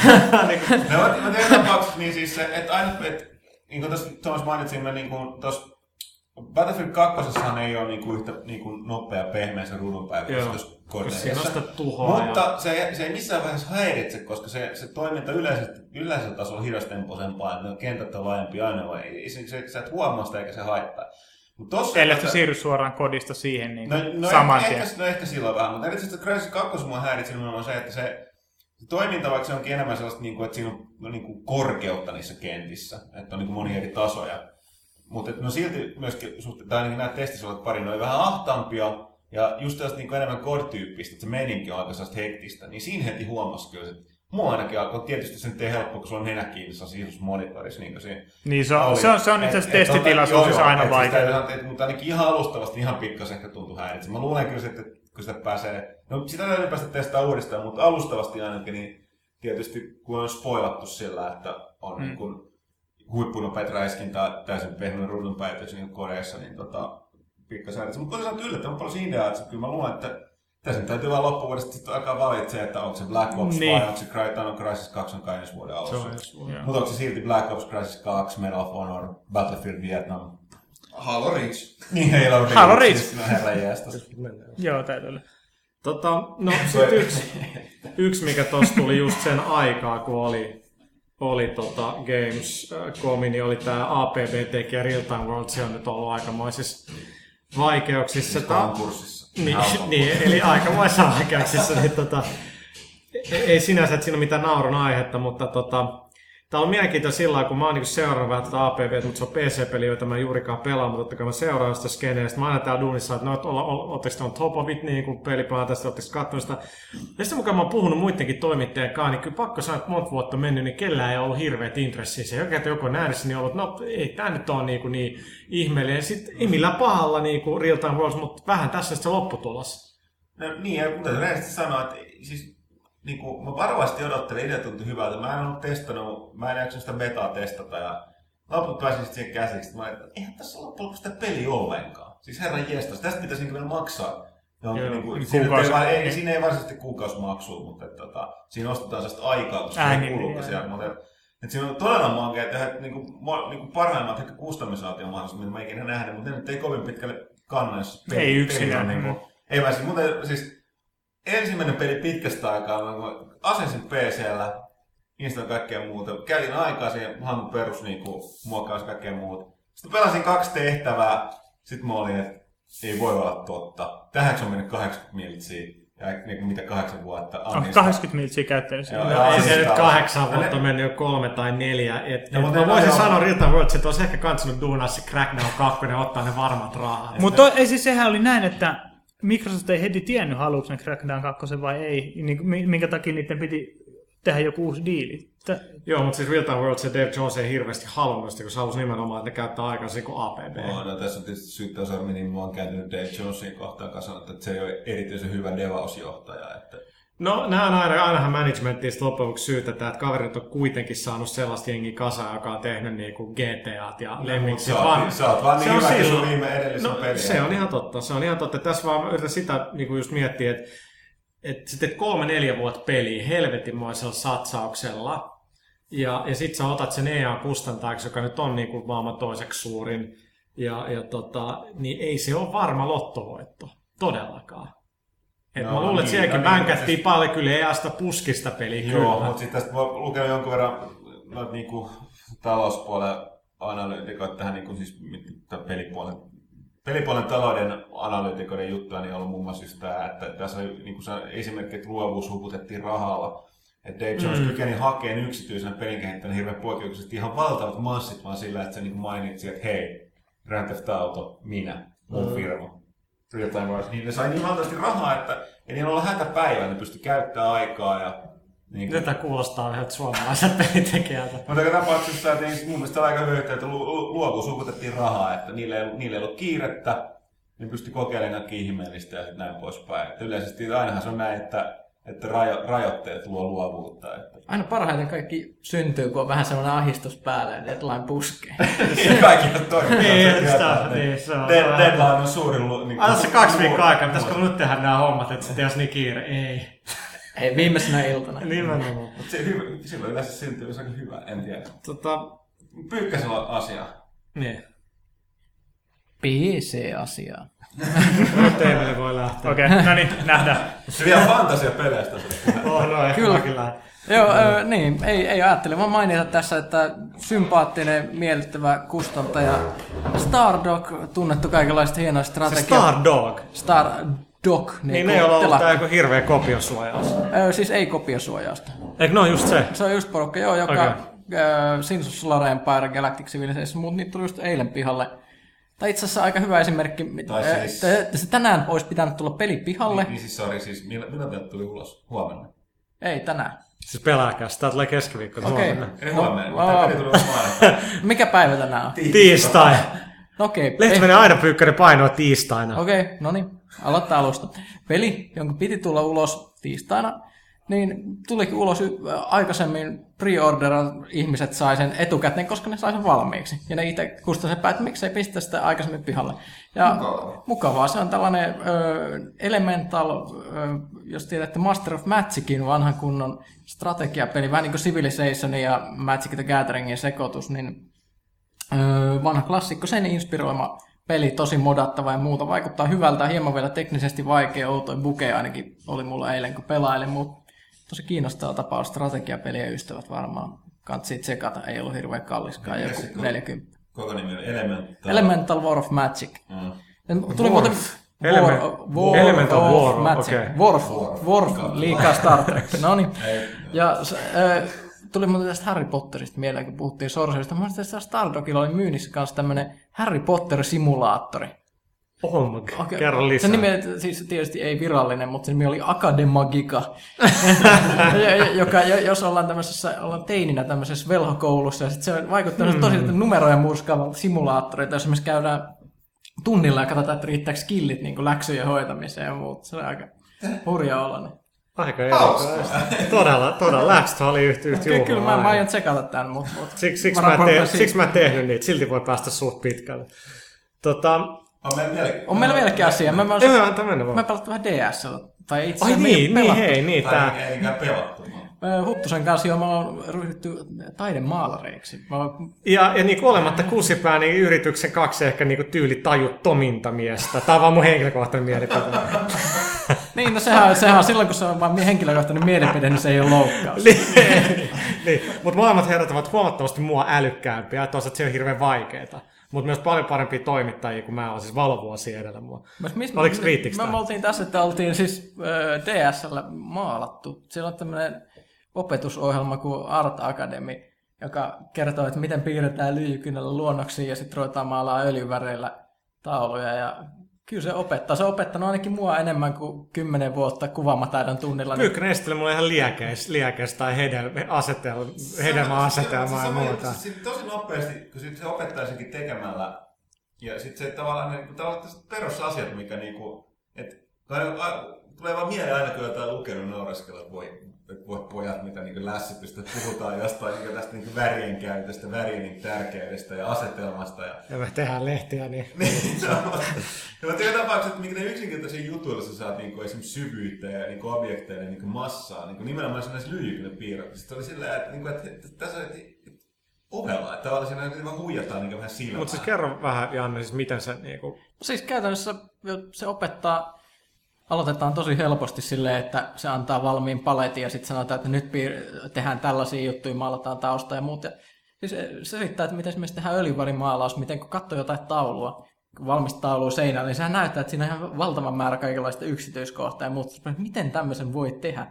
No, mutta joka tapauksessa niin siis se, että aina... Niin kuin tuossa Thomas mainitsimme, niin kuin tuossa Battlefield kakkosessahan ei ole niin kuin yhtä niin kuin nopea pehmeä se ruudunpäivitys tuossa koneessa. Mutta se, se ei missään vaiheessa häiritse, koska se, se toiminta yleisellä tasolla hidastempoisempaa, ne kentät on laajempia aina, ei se, se, sä et huomaa sitä eikä se haittaa. Eli että siirry suoraan kodista siihen niin no, no saman ehkä, tien. Ehkä, no ehkä silloin vähän, mutta erityisesti Crysis kaksi mua häiritsi nimenomaan se, että se Se toiminta, vaikka se onkin enemmän sellaista, että siinä on niin korkeutta niissä kentissä, että on niin monia eri tasoja. Mutta no silti myöskin, tai ainakin nämä testissä olevat pari, ne on vähän ahtaampia ja just tällaista niin enemmän core-tyyppistä, että se meininki on aika sellaista hektistä, niin siinä heti huomasi kyllä, että mua ainakin alkoi, tietysti se nyt ei helppoa, kun sulla on nenä kiinni, se on siis monitorissa, niin kuin siinä Niin se on, se on, se on itse asiassa testitilaisuus, se on aina vaikea. Mutta ainakin ihan alustavasti ihan pikkasen ehkä tuntui häiritse. Mä luulen kyllä, että kun sitä pääsee, no sitä täytyy päästä testaa uudestaan, mutta alustavasti ainakin, niin tietysti kun on spoilattu sillä, että on mm. niin kuin huippunopeat räiskintä, täysin pehmeä ruudun päivitys niin Koreassa, niin tota, pikkasäädössä. Mutta koska sä oot yllättävän paljon siinä ideaa, että kyllä mä luulen, että tässä täytyy vaan loppuvuodesta sitten alkaa valitsemaan, että onko se Black Ops niin. vai onko se Crytek Crisis kaksi on kai ensi vuoden alussa. Mutta onko se silti Black Ops, Crisis kaksi, Medal of Honor, Battlefield Vietnam? Halo Reach. Niin, Halo Reach. Halo Reach. Siis, no herra jästäs. Joo, täytyy olla. Tota, no sit yksi, yksi, mikä tossa tuli just sen aikaa, kun oli, oli tota Gamescom, niin oli tää A P B-tekijä Real Time World, se on nyt ollut aikamoisissa vaikeuksissa. Konkurssissa. Niin, niin, eli aikamoisissa vaikeuksissa. Niin, tota, ei sinänsä, että siinä ole mitään naurun aihetta, mutta tota, tää on mielenkiintoista sillä lailla, kun mä oon niinku seurannut vähän tätä A P B:tä, mutta se on P C-peli, joita mä en juurikaan pelaa, mutta totta kai mä seuraan sitä skeneestä. Mä aina täällä duunissa, että no, ootteko te on top of it, niin kuin pelipalaa tästä, ootteko kattonut sitä. Ja sitten mukaan mä oon puhunut muidenkin toimittajien kanssa, niin kyllä pakko sanoa, että monta vuotta mennyt, niin kellään ei ollut hirveät intressiä. Se joka joku on äänessä, niin ollut, no ei tää nyt on niin, niin ihmeellinen. Sitten ei millään pahalla niin kuin Real Time Worlds, mutta vähän tässä se lopputulos. No niin, ja kuten rehellisesti sanoa, että siis niin kuin, mä varovasti odottelin, idea tuntui hyvältä. Mä en ollut testannut, mä en jaksanut sitä betaa testata ja loput pääsin sitten siihen käsiksi, että mä ajattelin, että eihän tässä ole loppujen sitä peliä ollenkaan. Siis herran jestas, tästä pitäisi niin vielä maksaa. Joo, niin kuin, siinä, ei, ei, siinä ei varsinaisesti kuukausimaksua, mutta että, tota, siinä ostetaan sellaista aikaa, kun se ei kuluu siellä. Mutta että, että siinä on todella mankea tehdä niin kuin, niin kuin parhaimmat ehkä kustomisaation mahdollisuus, mitä mä ikinä nähden, mutta ne nyt ei kovin pitkälle kanna, jos peli, ei yksinään. Niin kuin, ei vaan siis, mutta siis ensimmäinen peli pitkästä aikaa, mä asensin P C:llä, installoin kaikkea muuta. Käytin aikaa siihen hankin perus niinku, muokkaus kaikkea muuta. Sitten pelasin kaksi tehtävää. Sitten mä olin, että ei voi olla totta. Tähän on mennyt kahdeksankymmentä miltsiä. Ja niinku mitä kahdeksan vuotta. On kahdeksankymmentä miltsiä käyttänyt. Joo, no, ei se nyt kahdeksan vuotta on mennyt jo kolme tai neljä. Et, et no, mä voisin sanoa Real Time Worlds, että olisi ehkä kansanut duunaa se Crackdown kaksi, ottaa ne varmat rahat. Mutta ei siis sehän oli näin, että Microsoft ei heti tiennyt, haluuko ne Crackdown kaksi vai ei, niin, minkä takia niiden piti tehdä joku uusi diili. Tä... Joo, mutta siis Real Time Worlds ja Dave Jones ei hirveästi halunnut sitä, kun se halusi nimenomaan, että ne käyttää aikansa kuin A P B. No, no tässä on tietysti syyttäjäsormi, niin mä oon kääntynyt Dave Jonesin kohtaan kanssa sanonut, että se ei ole erityisen hyvä devausjohtaja. Että... No, nämä on aina, ainahan managementista loppujen lopuksi syytetään, että kaverit on kuitenkin saanut sellaista jengiä kasaan, joka on tehnyt niinku G T A:t ja Lemmingsit. No, vaan, sä oot vaan niin hyvä, että sun viime edellisen no, peliä. Se on ihan totta, se on ihan totta. Tässä vaan yritän sitä niinku just miettiä, että et sitten kolme neljä vuotta peliä helvetinmoisella satsauksella, ja, ja sit sä otat sen E A-kustantajaksi, joka nyt on niinku maailman toiseksi suurin, ja, ja tota, niin ei se ole varma lottovoitto, todellakaan. Et no, mä luulen, että sielläkin no, bänkättiin siis... paljon kyllä E A:sta puskista peliä. Joo, mutta sitten tästä voi lukea jonkun verran noita niinku talouspuolen analyytikoita tähän niinku siis pelipuolen Pelipuolen talouden analyytikoiden juttua niin on ollut muun muassa just tämä, että tässä oli niin esimerkki, että luovuus huputettiin rahalla. Että Dave Jones mm. kykeni hakemaan yksityisen pelinkehittäjän hirveän poikkeuksellisesti ihan valtavat massit vaan sillä, että se niin mainitsi, että hei, Grand Theft Auto, minä, mun mm. firma, Real Time Wars. Niin ne sai niin valtavasti rahaa, että ei niillä ollut hätäpäivää, ne pystyi käyttämään aikaa ja niin tätä kuulostaa yhdeltä suomalaiset pelintekijältä. Mutta joka tapauksessa että mun mielestä on aika hyvä, että luovuus hukutettiin rahaa, että niillä ei, niillä ei ollut kiirettä, niin pystyi kokeilemaan kaikki ihmeellistä ja sitten näin poispäin. Että yleisesti ainahan se on näin, että, että rajo, rajoitteet luo luovuutta. Että... Aina parhaiten kaikki syntyy, kun on vähän semmoinen ahdistus päällä ja deadline puskee. Kaikki on toiminut. Deadline on suuri... Niin, Aina se kaksi viikkoa aikaa, pitäisikö nyt tehdä nämä hommat, että sitten jos niin kiire? Ei. Ei, viimeisenä iltana. Nimenomaan. Mutta se hyvä, silloin yleensä syntyy jos aika hyvä, en tiedä. Tota... Pyykkäsellä asia. Niin. P C-asiaa. Nyt Eemeli voi lähteä. Okei, okay, no niin, nähdään. Se vielä fantasiapeleistä. Oh, no, kyllä. kyllä. Joo, ö, niin, ei, ei ajattelin. Mä mainita tässä, että sympaattinen, miellyttävä kustantaja Stardog, tunnettu kaikenlaista hienoa strategiaa. Se Stardog? Stardog. Niin, niin ne ei ole ollut tää joku hirveä kopiosuojaus. Ö, siis ei kopiosuojausta. Eikö ne on just se? Se on just porukka, joo, joka okay. ö, Sins of Solar Empire, Galactic Civilization, mutta niitä tuli just eilen pihalle. Tai itse asiassa aika hyvä esimerkki. Siis... Se tänään olisi pitänyt tulla peli pihalle. Niin, niin siis sorry, siis milloin teiltä tuli ulos? Huomenna? Ei, tänään. Siis pelaakas, tää tulee keskiviikkona okay. huomenna. Ei huomenna, no, tämä peli tuli ulos maanantaina. Mikä päivä tänään on? Tiistai. Okei. Okay. Lehti menee aina pyykkäri painoa tiistaina. Okei, okay, no niin. Aloittaa alusta. Peli, jonka piti tulla ulos tiistaina, niin tulikin ulos aikaisemmin pre-orderan ihmiset sai sen etukäteen, koska ne sai sen valmiiksi. Ja ne itse kustasivat, että miksei pistä sitä aikaisemmin pihalle. Ja Mukavaa. mukavaa. Se on tällainen ö, Elemental, ö, jos tiedätte Master of Magicin vanhan kunnon strategiapeli, vähän niin kuin Civilization ja Magic the Gatheringin sekoitus, niin ö, vanha klassikko, sen inspiroima peli, tosi modattava ja muuta. Vaikuttaa hyvältä, hieman vielä teknisesti vaikea, outoin buke ainakin oli mulla eilen kun pelailin, mutta tosi kiinnostava tapaus, strategiapeliä ystävät varmaan. Kansi tsekata, ei ollut hirveän kalliskaan, joku neljäkymmentä. Koko nimi on Elemental. Elemental War of Magic. Mm. Tuli muuten Element- War, Elemental of War, Magic. okei. Warf, Warf, liikaa Star Trek. No niin. Ja se, äh, tuli muuten tästä Harry Potterista mieleen, kun puhuttiin Sorcerista. Mä muistin, että Stardogilla oli myynnissä kanssa tämmönen Harry Potter-simulaattori. Oh my god, Okay. kerro lisää. Se nimi, siis tietysti ei virallinen, mutta se nimi oli Academagica, joka, jos ollaan tämmöisessä, ollaan teininä tämmöisessä velhokoulussa, ja sit se on vaikuttanut mm. tosi numeroja murskaavalta simulaattoreita, jos esimerkiksi käydään tunnilla ja katsotaan, että riittääkö skillit niin kuin läksyjen hoitamiseen ja muut. Se on aika hurja oloinen. Aika erikoista. Todella, todella. Läksyt oli yhtä yhtä Kyllä, kyllä mä, juhlaa. mä aion tsekata tämän, mutta... Mut, Siksi, siksi, mä te, siksi mä en tehnyt niitä, silti voi päästä suht pitkälle. Tota, On meillä vieläkin. on meillä vieläkin asia. Mä, mä, Ei me antaa mennä vaan. mä pelattu vähän D S:llä. Tai itse Ai asiassa niin, me ei niin pelattu. hei, niin Tai tää. ei niinkään pelattu. Huttusen kanssa jo me ollaan ryhdytty taidemaalareiksi. Mä oon... Ja, ja niin olematta kusipää, niin yrityksen kaksi ehkä niin tyyli tajuttominta miestä. Tämä on vaan mun henkilökohtainen mielipide. Niin, no sehän, sehän on silloin, kun se on vaan henkilökohtainen mielipide, niin se ei ole loukkaus. niin, niin. Mutta molemmat herrat ovat huomattavasti mua älykkäämpiä, ja toisaalta se on hirveän vaikeaa. Mutta myös paljon parempia toimittajia kuin mä olen, siis valovuosia edellä mua. Oliko riittikö Me, me oltiin tässä, että oltiin siis äh, D S:llä maalattu. Siellä on tämmöinen opetusohjelma kuin Art Academy, joka kertoo, että miten piirretään lyijykynällä luonnoksia ja sitten ruvetaan maalaa öljyväreillä tauluja. Ja kyllä se opettaa. Se on opettanut ainakin mua enemmän kuin kymmenen vuotta kuvaamataidon tunnilla. Pyykkönen esittelee mulle ihan liekeis, liekeis tai hedelmäasetelma, hedelmäasetelmaa ja muuta. Sitten tosi nopeasti, kun sit se opettaa senkin tekemällä, ja sitten se tavallaan ne tavallaan perusasiat, mikä niinku, että tulee vaan mieleen aina, kun jotain lukenut nauraskella, että voi, että voi pojat, mitä niin lässipistä puhutaan jostain niin tästä niin värien käytöstä, värien niin tärkeydestä ja asetelmasta. Ja, ja me tehdään lehtiä, niin... niin se on. Ja mutta joka tapauksessa, että minkä ne yksinkertaisia jutuilla sä saat niin esimerkiksi syvyyttä ja niin objekteille niin massaa, niin nimenomaan näissä lyijykynäpiirroissa. Sitten oli sillä että, että, että, että tässä että, että, ovella, että tavallaan siinä vaan huijataan niin vähän silmää. Mutta siis kerro vähän, Janne, siis miten se... Niin kuin... Siis käytännössä se opettaa... Aloitetaan tosi helposti silleen, että se antaa valmiin paletin ja sitten sanotaan, että nyt piir- tehdään tällaisia juttuja, maalataan tausta ja muuta. Siis se selittää, että miten esimerkiksi tehdään öljyvärimaalaus, miten kun katsoo jotain taulua, valmista taulua seinällä, niin sehän näyttää, että siinä on ihan valtavan määrä kaikenlaista yksityiskohtaa ja muuta. Miten tämmöisen voi tehdä?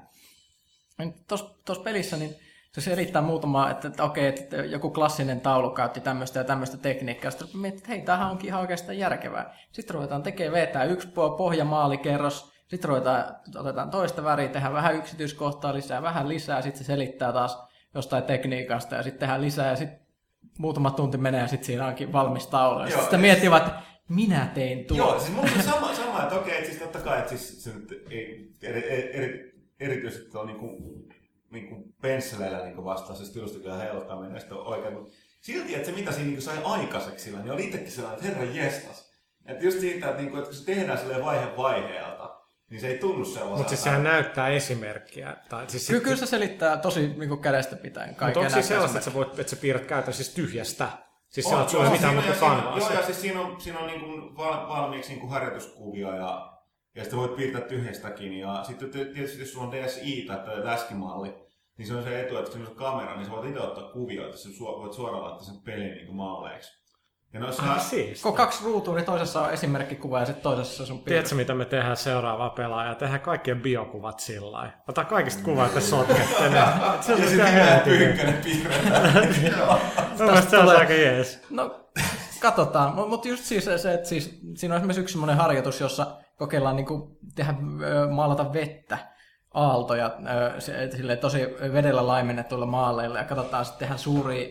Tuossa pelissä niin se selittää muutamaa, että, että okei, että joku klassinen taulu käytti tämmöistä ja tämmöistä tekniikkaa. Sitten mietit, että hei, tämähän onkin ihan oikeastaan järkevää. Sitten ruvetaan tekemään, vetää yksi pohjamaalikerros, sitten ruvetaan, otetaan toista väriä, tehdään vähän yksityiskohtaa lisää, vähän lisää, sitten se selittää taas jostain tekniikasta ja sitten tehdään lisää ja sitten muutama tunti menee ja sitten siinä onkin valmis taulu. Ja sitten miettii vaan, että minä tein tuon. Joo, siis mun on sama, sama, että okei, että siis totta kai, että siis se nyt ei eri, eri, erityisesti on niinku niinku pensseleillä niinku vastaus, just kyllä heilottaminen sitten on oikein, mutta silti, että se mitä siinä niinku sai aikaiseksi sillä, niin oli itsekin sellainen, että herran jestas. Että just siitä, että, niinku, että kun se tehdään silleen vaihe vaiheelta, niin se ei tunnu sellaiselta. Mutta siis sehän näyttää esimerkkiä. Tai siis kyllä, kyllä se selittää tosi niinku kädestä pitäen kaiken. Mutta onko siis sellaista, että sä, voit, että sä piirrät käytännössä siis tyhjästä? Siis on, se on mitään muuta kanvaa. Joo, ja siis siinä on, siinä on niinku val, valmiiksi niinku harjoituskuvia ja ja sitten voit piirtää tyhjästäkin. Ja sitten tietysti jos sulla on D S I tai läskimalli, niin se on se etu, että kun on kamera, niin sä voit itse ottaa kuvioita, sä voit suoraan laittaa sen pelin niin maaleiksi. Ja noissa... Ah, siis. Kun kaksi ruutua, niin toisessa on esimerkkikuva ja sitten toisessa sun piirtää. Tiedätkö, mitä me tehdään seuraavaa pelaajaa? Tehdään kaikkien biokuvat sillä lailla. Ota kaikista kuvat ja sotkette ne. Se on sitä hyvää Pyykkönen piirretään. Se on aika jees. No, katsotaan. Mutta mut just siis se, että siis, siinä on esimerkiksi yksi semmoinen harjoitus, jossa kokeillaan niinku tehdä, maalata vettä, aaltoja, silleen, tosi vedellä laimennettuilla maaleilla ja katsotaan sitten tehdä suuria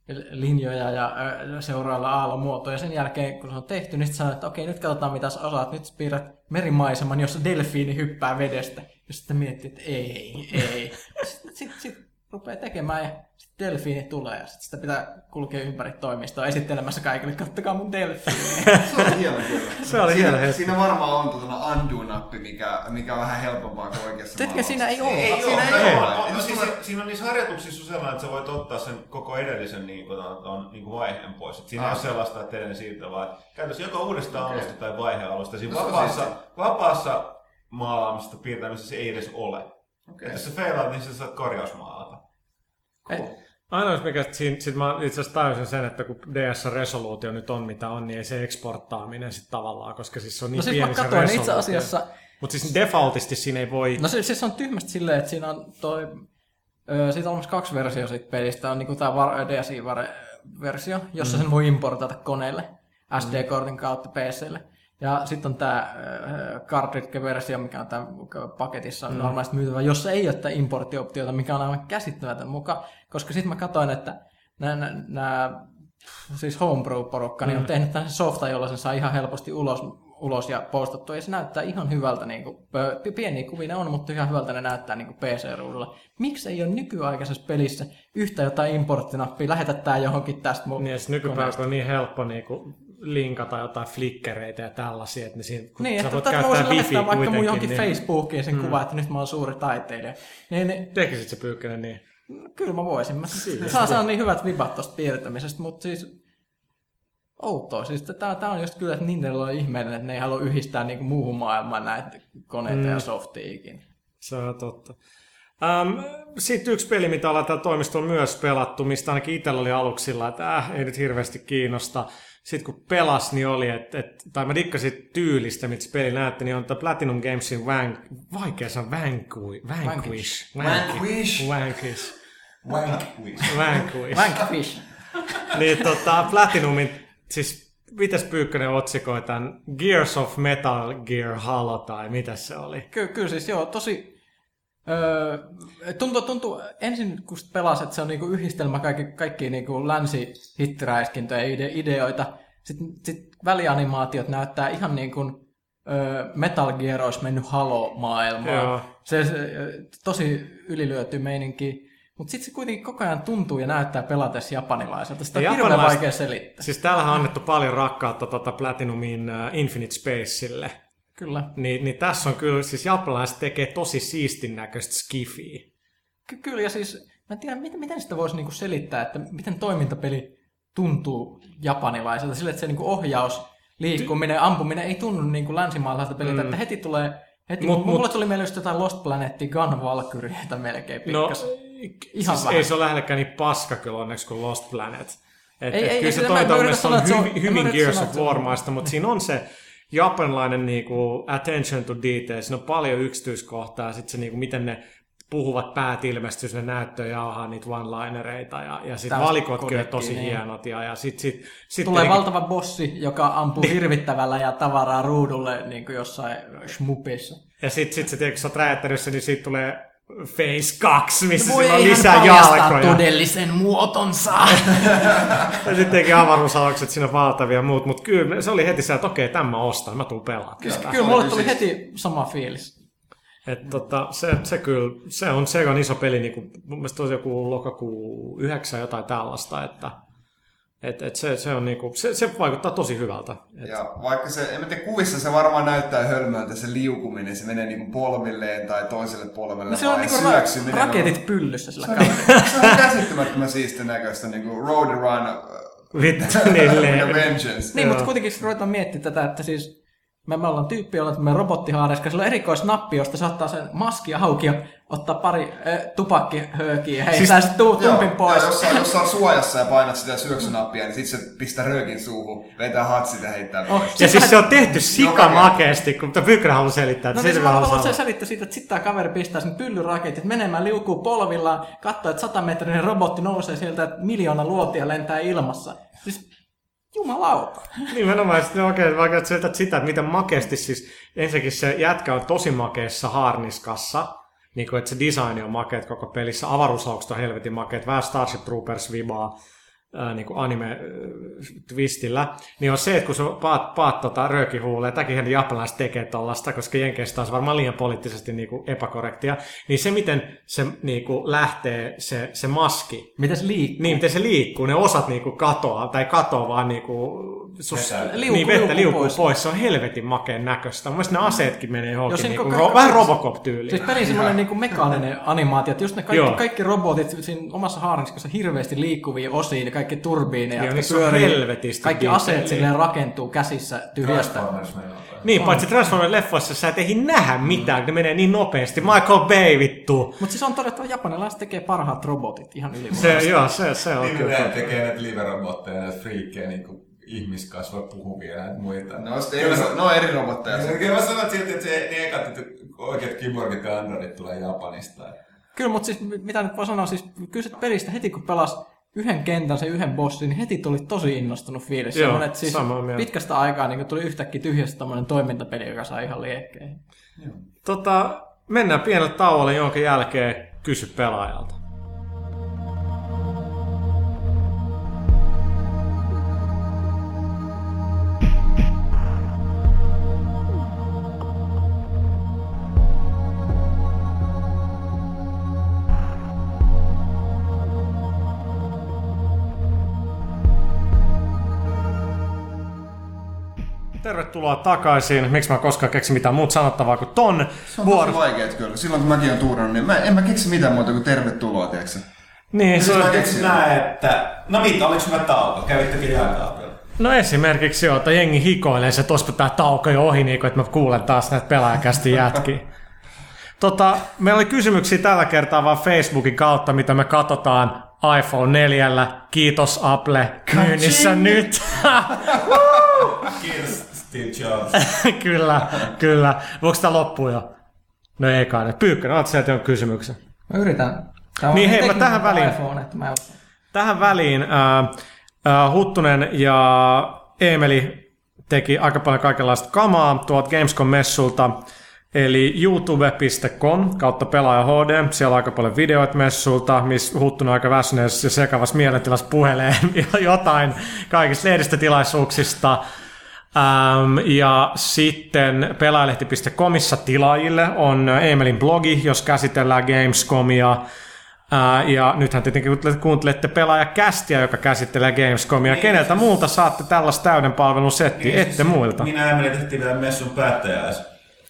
linjoja ja seurailla aallonmuotoja. Sen jälkeen, kun se on tehty, niin sitten sanoo, että okei, nyt katsotaan mitä sä osaat. Nyt piirrät merimaiseman, jossa delfiini hyppää vedestä. Ja sitten miettii, että ei, ei. Sitten sit, sit rupeaa tekemään ja sitten delfiini tulee. Ja sitten sitä pitää kulkea ympäri toimistoa esittelemässä kaikille. Kattokaa mun delfiini. Se oli hieno kyllä. Se oli hieno hetki. Siinä varmaan on tuota undo-nappi, mikä, mikä on vähän helpompaa kuin oikeassa Tiedätkö, siinä ei ole. Ei, Siinä, siinä ei ei ole. ole. On, on, siis, siinä on niissä harjoituksissa sellainen, että sä voit ottaa sen koko edellisen niin kuin, on, niin kuin vaiheen pois. Et siinä ah. ei ole sellaista, että edellinen siirto, vaan käytössä joko uudestaan okay. alusta tai vaiheen alusta. Siinä no, vapaassa, siis vapaassa maalaamisesta piirtämisessä ei edes ole. Okay. Et jos sä feilaat, niin sä saat korjausmaalata. Cool. Ainoa, mikä sit, sit mä itse asiassa tajusin sen, että kun D S-resoluutio nyt on mitä on, niin ei se eksporttaaminen sit tavallaan, koska siis se on niin no siis pieni se resoluutio. Itse asiassa... Mutta siis defaultisti siinä ei voi... No se, siis on tyhmästi silleen, että siinä on toi... Ö, siitä on olemassa kaksi versiota siitä pelistä. On niinku tää D S I-versio, jossa mm. sen voi importata koneelle S D-kortin kautta P C:lle. Ja sitten on tämä cartridge-versio, mikä on tämän paketissa mm. normaalisti myytävä, jossa ei ole tätä importtioptiota, mikä on aivan käsittämätön mukaan. Koska sitten mä katsoin, että nämä siis homebrew-porukka mm. niin on tehnyt tämmöisen softa, jolla sen saa ihan helposti ulos, ulos ja postattua. Ja se näyttää ihan hyvältä, niin kuin, pieniä kuvia ne on, mutta ihan hyvältä ne näyttää niin kuin P C-ruudulla. Miksi ei ole nykyaikaisessa pelissä yhtä jotain importtinappia, lähetä tää johonkin tästä mun niin, nykypäivänä on niin helppo niin kuin linkata jotain flickereitä ja tällaisia, että ne siinä, kun niin, sä että voit mä käyttää voisin wifi lähettää vaikka mun johonkin niin... Facebookiin sen mm. kuva, että nyt mä oon suuri taiteilija. Niin, niin... Tekisit se Pyykkönen niin? Kyllä mä voisin. Mä saan saada niin hyvät vibat tosta piirtämisestä, mutta siis outoa. Siis tää, tää on just kyllä, että Nintendo on ihmeellinen, että ne ei halua yhdistää niinku muuhun maailmaan näitä koneita mm. ja softiikin. Se on totta. Um, Sitten yksi peli, mitä ollaan täällä toimistolla myös pelattu, mistä ainakin itsellä oli aluksilla, että äh, ei nyt hirveästi kiinnosta. Sitten kun pelas, niin oli, että, et, tai mä dikkasin tyylistä, mitä se peli näytti, niin on tämä Platinum Gamesin Vank... Vaikea sanoa Vanquish. Vanquish. Vanquish. Vanquish. Vanquish. Vanquish. Vanquish. Niin tota, Platinumin, siis mitäs Pyykkönen otsikoi tämän? Gears of Metal Gear Halo, tai mitä se oli? Ky- kyllä siis joo, tosi... Öö, tuntuu, tuntuu ensin, kun pelasit, että se on niinku yhdistelmä kaikki, kaikkia niinku länsi-hittiräiskintöjä ja ide- ideoita. Sitten sit välianimaatiot näyttää ihan niin kuin öö, Metal Gear olisi mennyt Halo-maailmaan. Se, se tosi ylilyöty meininki. Mutta sitten se kuitenkin koko ajan tuntuu ja näyttää pelatessa japanilaiselta. Sitä on ja hirveän vaikea selittää. Siis täällähän on annettu paljon rakkautta tota Platinumin uh, Infinite Spaceille. Kyllä. Niin, niin tässä on kyllä, siis japanilaiset tekee tosi siistin näköistä skifiä. Ky- kyllä, ja siis mä en tiedä, miten, miten sitä voisi niinku selittää, että miten toimintapeli tuntuu japanilaiselta. Sillä, että se niinku ohjaus, liikkuminen, ampuminen ei tunnu niinku länsimaalaiselta peliltä, mm. että heti tulee... Heti, mut, mulle mut, tuli meillä just jotain Lost Planetia, Gun Valkyrieta melkein pikkas. No, ihan siis ei se ole lähellekään niin paska kyllä onneksi kuin Lost Planet. Et, ei, et ei, kyllä ei, se toiminta on, on hyvin, hyvin Gears sanoa, of War-maista, mutta siinä on se japanilainen niinku attention to detail. Siinä on paljon yksityiskohtaa ja sitten se niinku, miten ne puhuvat päät ilmestyy sinne näyttöön jauhaa niitä one-linereita ja, ja sitten valikotkin on tosi niin hienot. Ja, ja sit, sit, sit tulee niinku... valtava bossi, joka ampuu hirvittävällä ja tavaraa ruudulle niin kuin jossain shmupissa. Ja sitten sit se, kun sä oot räjättänyt niin siitä tulee Phase kaksi, missä voi sillä on lisää jalkoja. Todellisen muotonsa. Ja sittenkin avaruusalukset siinä valtavia muut, mutta kyllä se oli heti se, että okei, tämän mä ostan, mä tuun pelaamaan. Kyllä, kyllä mulle tuli heti sama fiilis. Et tota, se, se, kyllä, se on Segan iso peli, niin kuin, mun mielestä olisi joku lokakuu yhdeksän jotain tällaista, että et, et se, se, on niinku, se, se vaikuttaa tosi hyvältä. Et... Ja vaikka se, en mä tiedä, kuvissa se varmaan näyttää hölmöltä se liukuminen, se menee niinku polvilleen tai toiselle polvelle. No se on niinku ra- raketit on... pyllyssä sillä kaverilla. Se on käsittämättömän siisten näköistä, niinku Road Run uh, Vengeance. Niin, mutta kuitenkin ruvetaan miettimään tätä, että siis me, me ollaan tyyppi, jolla on robottihaareska, sillä on erikoisnappi, josta se ottaa sen maskia hauki ja ottaa pari äh, tupakkihöökiä ja heittää siis, se tu- tumpin pois. Ja jos, on, jos on suojassa ja painat sitä syöksynappia, niin sit se pistää röökin suuhun, vetää hatsit ja heittää pois. Oh, ja siis se on tehty sikamakeesti, kun Pyykkönen haluaa selittää. No niin, mä haluan se selittää siitä, että sitten tämä kaveri pistää sen pyllyraketit menemään, liukuu polvillaan, katsoo, että satametrinen robotti nousee sieltä, että miljoona luotia lentää ilmassa. Siis jumalauta. Nimenomaan, sitten oikein vaikka selität sitä, että miten makeasti siis, ensinnäkin se jätkä on tosi makeessa haarniskassa, niin kuin, että se design on makeet koko pelissä, avaruusaukset on helvetin makeet, vähän Starship Troopers vibaa, Ää, niin kuin anime-twistillä, niin on se, että kun sä paat, paat tota röökihuuleen, tämäkin japanilaiset tekee tollaista, koska jenkeistä on varmaan liian poliittisesti niin kuin epäkorrektia, niin se, miten se niin kuin lähtee, se, se maski, miten se liikkuu, niin miten se liikkuu, ne osat niin kuin katoaa, tai katoaa vaan niin kuin, sus, liukuu, niin vettä liukuu pois. pois, se on helvetin makeen näköistä. Mun mielestä ne aseetkin menee johonkin, niin kuin, ka- ro- vähän Robocop-tyyliin. Siis perin semmoinen niin kuin mekaaninen animaatio, että just ne kaikki, kaikki robotit siinä omassa haarniskassa hirveästi liikkuvia osia, ja kaikki turbiineja, Joo, jotka niin pyörii, kaikki aseet silleen rakentuu käsissä tyhjästä. Niin, paitsi Transformers-leffoissa sä et ehdi nähdä mitään, ne menee niin nopeasti. Michael Bay, vittu! Mutta siis on todettava, että japanilaiset tekee parhaat robotit ihan ylivoimaisesti. Se, joo, se, se on niin kyllä. Niin ne tekee näitä live-robotteja, näitä friikkejä, niin kuin ihmiskasvoja puhuvia ja näitä muita. No, eri, no eri robotteja. Kyllä mä sanon silti, että se, ne ekat, että oikeat kyborgit ja androidit tulee Japanista. Kyllä, mutta siis mitä nyt voi sanoa, siis kyllä se pelistä heti kun pelasi yhden kentän, sen yhden bossin, niin heti tuli tosi innostunut fiilis. Joo, Semmoinen, että siis pitkästä aikaa niin tuli yhtäkkiä tyhjästä tommoinen toimintapeli, joka sai ihan liekkeihin. Tota, mennään pienelle tauolle, jonka jälkeen kysy pelaajalta. Tervetuloa takaisin. Miksi mä koskaan keksi mitään muuta sanottavaa kuin ton? Se on Vuor... tosi vaikeet kyllä. Silloin kun mäkin on tuurannut, niin mä, en mä keksi mitään muuta kuin tervetuloa, tiedätkö? Niin, se on... Näin, että... No mitä, oliko hyvä tauko? Kävittekin jääkaapilla? No esimerkiksi joo, että jengi hikoilee, se tospa tää tauko jo ohi, niin kuin, että mä kuulen taas näitä pelaajakästi jätkiä. Tota, meillä oli kysymyksiä tällä kertaa vaan Facebookin kautta, mitä me katsotaan iPhone neljällä. Kiitos Apple, myynnissä nyt. Kiitos Steve Jobs. Kyllä, kyllä. Voiko tää loppua jo? No ei kai. Pyykkönen, oot sieltä jonkun kysymyksen? Mä yritän. Tämä on niin hei, mä tähän väliin. iPhone, että mä... Tähän väliin äh, äh, Huttunen ja Eemeli teki aika paljon kaikenlaista kamaa tuolta Gamescom-messulta. Eli youtube piste com kautta pelaaja H D. Siellä on aika paljon videoita messulta, missä Huttunen aika väsyneessä ja sekavassa mielentilassa puhelee jotain kaikista lehdistötilaisuuksista. Ähm, ja sitten pelaajalehti piste comissa tilaajille on Eemelin blogi, jos käsitellään Gamescomia. Äh, ja nythän tietenkin kuuntelette pelaajakästiä, joka käsittelee Gamescomia. Niin, keneltä siis... muulta saatte tällaista täyden palvelun settiä? Niin, ette siis muilta. Minä ja Eemeli tehtiin vielä messun päättäjäis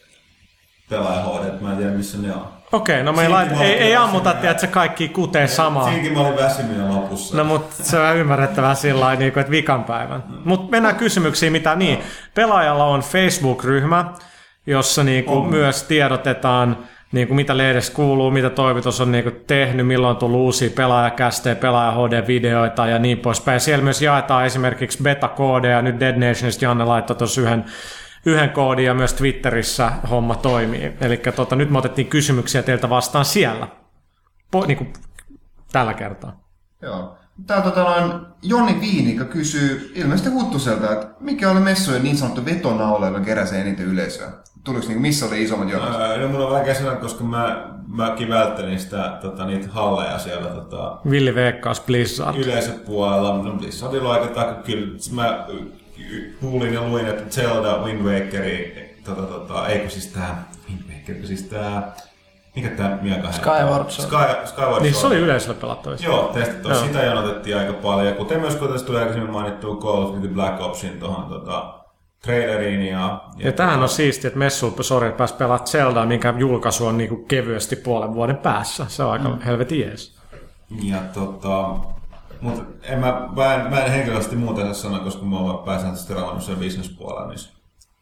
pelaaja H D, mä en tiedä missä ne on. Okei, okay, no me ei, laita, ei, ei ammuta, että se kaikki kutee samaa. Siinäkin mä olin väsyminen lopussa. No mutta se on ymmärrettävää sillä lailla, että vikan päivän. Mm. Mutta mennään kysymyksiin, mitä niin. No. Pelaajalla on Facebook-ryhmä, jossa niinku myös tiedotetaan, niinku mitä lehdessä kuuluu, mitä toimitus on niinku tehnyt, milloin on tullut uusia pelaajakästejä, pelaaja H D-videoita ja niin poispäin. Siellä myös jaetaan esimerkiksi beta-koodeja. Nyt Dead Nationista Janne laittoi tuossa yhden yhden koodin ja myös Twitterissä homma toimii. Eli tota, nyt me otettiin kysymyksiä teiltä vastaan siellä. Po, niin kuin tällä kertaa. Joo. Tää tota noin Joni Viinikka kysyy ilmeisesti Huttuselta, että mikä oli messujen niin sanottu vetonaula, joka keräsi eniten yleisöä? Tuliko niin, missä oli isommat jonot? No mulla on vaikea sanoa, koska mä, mäkin välttelin sitä, tota, niitä halleja siellä. Tota, Villi Veikkaus, Blizzard. Yleisöpuolella. No Blizzardilla on aika takia kyllä. Mä kuulin ja luin, että Zelda Wind Wakeri, tota, tota, eikö siis tää, Wind Waker, siis tää, mikä tää miaka Skyward Sword. Sky, Skyward niin se oli yleisölle pelattavissa. Joo, testattu. Sitä jonotettiin aika paljon. Kuten myös kun tuli aikaisemmin mainittua Call of Duty Black Opsin tuohon tota, traileriin. Ja, ja, ja tämähän tota... on siistiä, että messuun sori, pääsi pelaamaan Zeldaa, minkä julkaisu on niinku kevyesti puolen vuoden päässä. Se on aika mm. helvetin jees. Ja tota... Mutta en mä, mä, en, mä en henkilöisesti muuta saa sanoa, koska mä oon pääsääntöisesti rallannut sen business-puolella niissä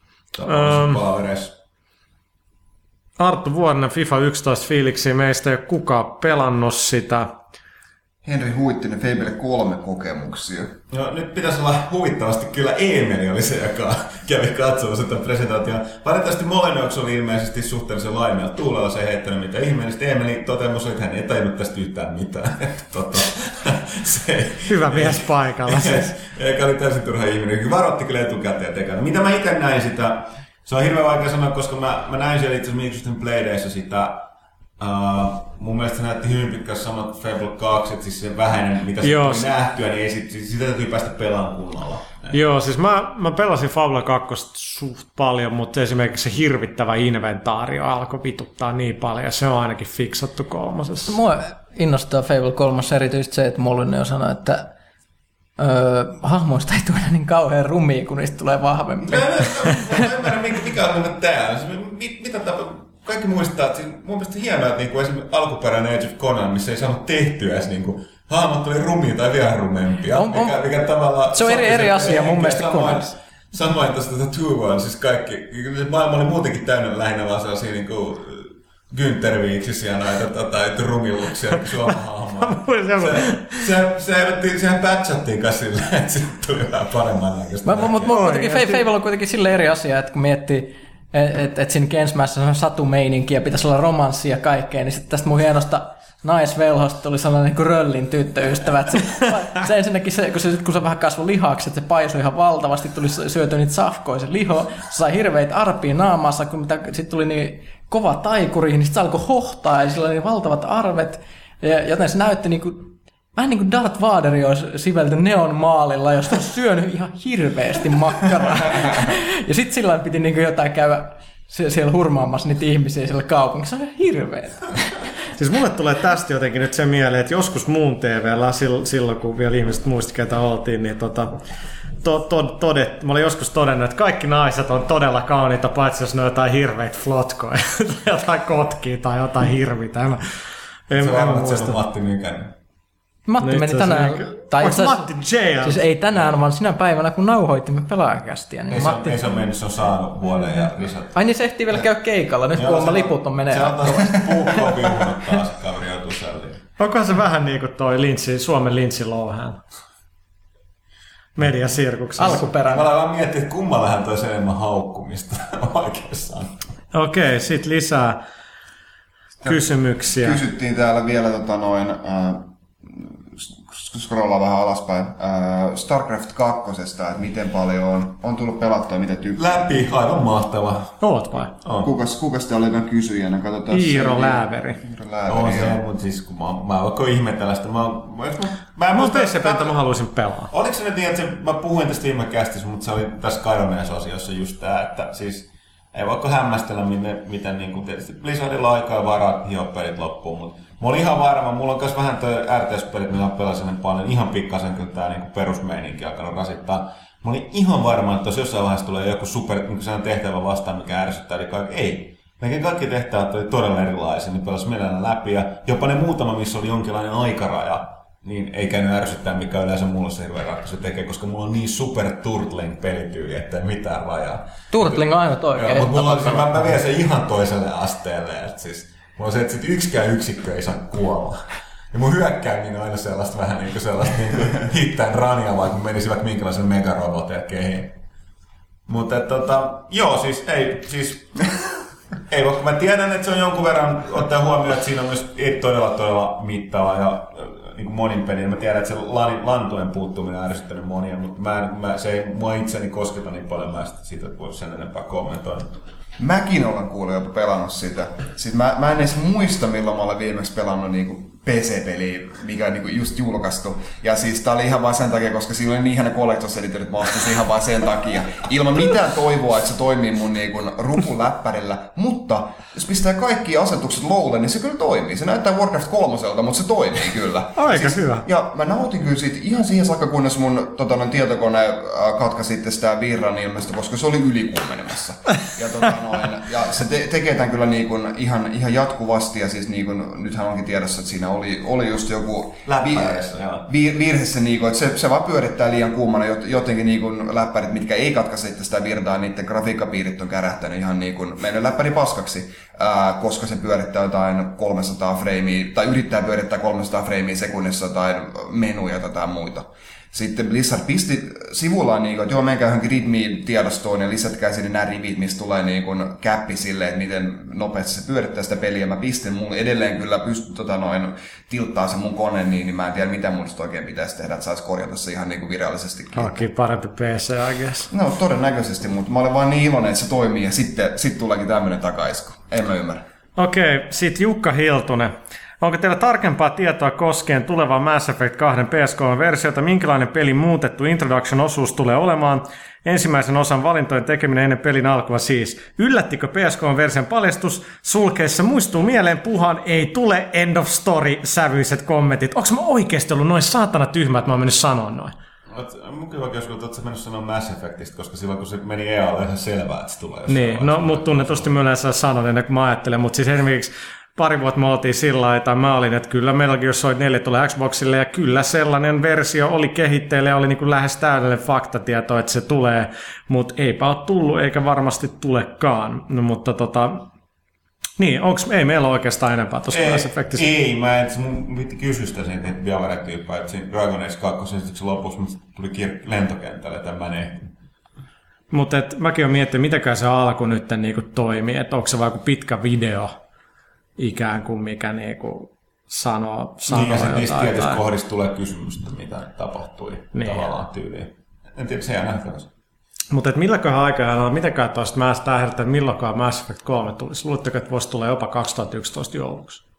um, palavereissa. Arttu Vuorinen, FIFA yksitoista fiiliksiä. Meistä ei ole kukaan pelannut sitä. Henri Huittinen, Fable kolme kokemuksia. No nyt pitäisi olla huvittavasti kyllä Eemeli oli se, joka kävi katsomassa sitä presentaation. Valitettavasti Molinox oli ilmeisesti suhteellisen laimea tuulella, se ei heittänyt mitään ihmeellistä. Eemeli toteamus oli, että hän ei tajunnut tästä yhtään mitään. tota, se, hyvä mies paikalla. Siis. Eikä oli täysin turha ihminen. Varoitti kyllä etukäteen tekemään. Mitä mä itse näin sitä, se on hirveän vaikea sanoa, koska mä, mä näin siellä itse asiassa Microsoftin Playdayssa sitä Uh, mun mielestä se näytti hyvin pitkään samat Fable kaksi, että siis se vähäinen, mitä se Joo, tuli nähtyä, niin ei sit, siis sitä täytyy päästä pelaamaan kunnolla. Joo, siis mä, mä pelasin Fable kaksi suht paljon, mutta esimerkiksi se hirvittävä inventaario alkoi vituttaa niin paljon, ja se on ainakin fiksattu kolmosessa. Mua innostaa Fable kolme erityisesti se, että Mollinen jo sanoi, että öö, hahmoista ei tule niin kauhean rumia, kun niistä tulee vahvempi. Mä en ymmärrä, mikä on tää. Mitä tapa? Kaikki muistaa, että siis mun mielestä hienoa, että niinku esimerkiksi alkuperäinen Age of Conan, missä ei saanut tehtyä edes niinku hahmot oli rumia tai vielä rumempia. On, on, mikä, mikä tavallaan se on eri, eri asia mun mielestä Conanissa. Samoin tuosta tätä Two World, siis kaikki, maailma oli muutenkin täynnä lähinnä vaan sellaisia niinku Günther-viiksisiä näitä tota, rumilluksia suomahahmoja. se, se, se, sehän patchattiin kanssa silleen, että sitten tuli vähän paremman näköistä. Mutta kuitenkin Fable on kuitenkin silleen eri asia, että kun miettii, että et, et siinä Gensmässä on satumeininki ja pitäisi olla romanssia ja kaikkea, niin sitten tästä mun hienosta naisvelhosta tuli sellainen niin röllin tyttöystävä. Se, se ensinnäkin, se, kun, se, kun se vähän kasvoi lihaksi, että se paisui ihan valtavasti, tuli syötyä niitä safkoja, se liho, se sai hirveitä arpia naamassa, kun sitten tuli niin kova taikuri, niin sitten se alkoi hohtaa ja sillä oli niin valtavat arvet, ja, joten se näytti niin kuin, vähän niin kuin Darth Vader olisi sivelty neon maalilla, josta olisi syönyt ihan hirveästi makkaraa. Ja sitten sillä piti niin kuin jotain käydä siellä hurmaamassa niitä ihmisiä siellä kaupungissa. Se on hirveetä. Siis mulle tulee tästä jotenkin nyt se mieleen, että joskus muun T V:llä, silloin kun vielä ihmiset muisti, ketä oltiin, niin tota, to, to, todet, mä olin joskus todennut, että kaikki naiset on todella kauniita, paitsi jos ne on jotain hirveitä flotkoja, jotain kotkia tai jotain hirvitä. En, en, se en on, muista. Se on Matti Mykänen. Matti no meni tänään. Tai Onko Matti J? Siis ei tänään, vaan sinä päivänä, kun nauhoitimme pelaajakästiä. Niin ei, Matti... se on, ei se on mennyt, se on saanut vuoden ja lisät. Ai niin se ehtii vielä käydä keikalla, nyt kuulemma liput on menee. Se on taas puukkoa viuhunut taas, kaveri joutuu sälliin. Onkohan se vähän niin kuin toi Lindsay, Suomen Lindsay Lohan mediasirkuksessa? Alkuperäinen. Mä aloin miettiä, että kummallahan toisi enemmän haukkumista oikeastaan. Okei, okay, sit lisää kysymyksiä. Kysyttiin täällä vielä tota noin, äh, scrollaa vähän alaspäin, äh, StarCraft kakkosesta, että miten paljon on, on tullut pelattua, mitä tykkää. Läpi, aivan mahtava. Oot vai? On. Kukas, kukas te olikaan kysyjänä? Katsotaan. Iiro Lääveri. Iiro Lääveri. On se, mutta siis kun mä, mä voin ihmetellä sitä. Mä, mä, mä en Mä muista, P C-peltä mä haluaisin pelaa. oliko se nyt niin, että se, mä puhuin tästä viime kästissä, mutta se oli tässä Kaironees-osiossa just tää, että siis ei vaikka hämmästellä, miten, miten niin kuin tietysti Blizzardilla on aikaa ja varaa hioa pelit loppuun, mutta mä olin ihan varma, mulla on myös vähän toi R T S-pelit, mitä pelasin paljon, ihan pikkasen kyllä tää niin perusmeininki alkanut rasittaa. Mä olin ihan varma, että jos jossain vaiheessa tulee joku super niin tehtävä vastaan, mikä ärsyttää, niin kaikki ei. Melkein kaikki tehtävät oli todella erilaisia, niin pelasi mielellään läpi ja jopa ne muutama, missä oli jonkinlainen aikaraja, niin ei käynyt ärsyttää, mikä yleensä mulla se hirveän ratkaisu tekee, koska mulla on niin super Turtling-pelityyli, ettei mitään rajaa. Turtling on ainut oikein. Joo, mutta mulla on se, mä, mä vien sen ihan toiselle asteelle, että siis mulla on se, että sit yksikään yksikkö ei saa kuolla. Ja mun hyökkääminen on aina sellaista vähän niin kuin sellaista niin kuin hittään rania, vaikka menisi vaikka minkälaisen megarobotin kehiin. Mutta tota, joo, siis ei, siis ei, vaikka mä tiedän, että se on jonkun verran ottaa huomioon, että siinä on myös todella todella mittava ja niin monin peli. Mä tiedän, että se lantojen puuttuminen on ärsyttänyt monia, mutta mä, mä, se ei mua itseni kosketa niin paljon, mä siitä voi sen enempää kommentoida. Mäkin olen kuullut jopa pelannut sitä. Siis mä, mä en edes muista, milloin mä olen viimeksi pelannut niinku P C-peliä, mikä on niinku just julkaistu. Ja siis tää oli ihan vaan sen takia, koska siinä oli niin ihana Collector's Editor, että mä ostin ihan vaan sen takia. Ilman mitään toivoa, että se toimii mun niinku rupuläppärillä. Mutta jos pistää kaikki asetukset lowlle, niin se kyllä toimii. Se näyttää Warcraft kolmoselta, mutta se toimii kyllä. Aika siis, hyvä. Ja mä nautin kyllä siitä ihan siihen saakka, kunnes mun tota, tietokone katkaisi sitten sitä virran ilmestä, koska se oli ylikuumenemassa. Ja, tota, noin, ja se te- tekee tämän kyllä niin kuin ihan, ihan jatkuvasti. Ja siis niin kuin, nythän onkin tiedossa, että siinä oli, oli just joku vi- vi- virhe se, niin kuin, että se, se vaan pyörittää liian kuumana jotenkin niin kuin läppärit, mitkä ei katkaise sitä virtaa, niiden grafiikkapiirit on kärähtänyt ihan niin kuin mennyt läppäri paskaksi, ää, koska se pyörittää jotain kolmesataa freimiä, tai yrittää pyörittää kolmesataa freimiä sekunnissa jotain menuja tai jotain muita. Sitten Blizzard pisti sivullaan, niin kuin, että joo, menkää johonkin readme-tiedostoon ja lisätkää sinne nämä rivit, mistä tulee niin kuin käppi silleen, että miten nopeasti se pyörittää sitä peliä. Mä pistin, mulla edelleen kyllä pystyy tota noin, tilttaa se mun kone, niin, niin mä en tiedä, mitä mun oikein pitäisi tehdä, että saisi korjata se ihan niin kuin virallisestikin. Hankki parempi P C, I guess. No todennäköisesti, mutta mä olen vaan niin iloinen, että se toimii ja sitten sit tuleekin tämmöinen takaisku. En mä ymmärrä. Okei, okay, sitten Jukka Hiltunen. Onko teillä tarkempaa tietoa koskien tulevaa Mass Effect kaksi P S kolme-versiota? Minkälainen pelin muutettu Introduction-osuus tulee olemaan? Ensimmäisen osan valintojen tekeminen ennen pelin alkua siis. Yllättikö P S kolme-version paljastus? Sulkeissa muistuu mieleen puhan ei tule end of story sävyiset kommentit. Onko mä oikeasti ollut noin saatana tyhmä, että mä oon mennyt sanoa noin? Mun kyllä oikein uskon, että sä mennyt sanoa Mass Effectista, koska silloin kun se meni E A:lle ihan selvää, että se tulee. Niin, no mut tunnetusti mä yleensä sanon ennen kuin mä ajattelen, mutta siis esimerkiksi pari vuotta me oltiin sillä lailla, tai mä olin, että kyllä Metal Gear Solid neljä tulee Xboxille, ja kyllä sellainen versio oli kehitteillä, ja oli niin kuin lähes täydellinen faktatieto, että se tulee, mutta eipä ole tullut, eikä varmasti tulekaan. No, mutta tota, niin, onks, ei meillä ole oikeastaan enempää tuossa Mass Effectissä. Ei, mä en, mun piti kysyä sitä siitä Bioware-tyyppää, että siinä Dragon Age kaksi esityksen lopussa tuli kir- lentokentälle tämmöinen. Mutta mäkin olen miettinyt, mitäkään se alku nyt niinku toimii, että onko se vaan joku pitkä video, ikään kuin mikä niinku sanoo, sanoo niin, ja sitten niistä tietysti tai... kohdista tulee kysymystä, mitä tapahtui niin. Tavallaan tyyliin. En tiedä, se jää nähtävänsä. Mutta milläköhän aikaa, mitenkään tuosta mä sitä herättää, että milloinkaan Mass Effect kolme tulisi? Luuletteko, että voisi tulla jopa kaksituhattayksitoista jouluksi?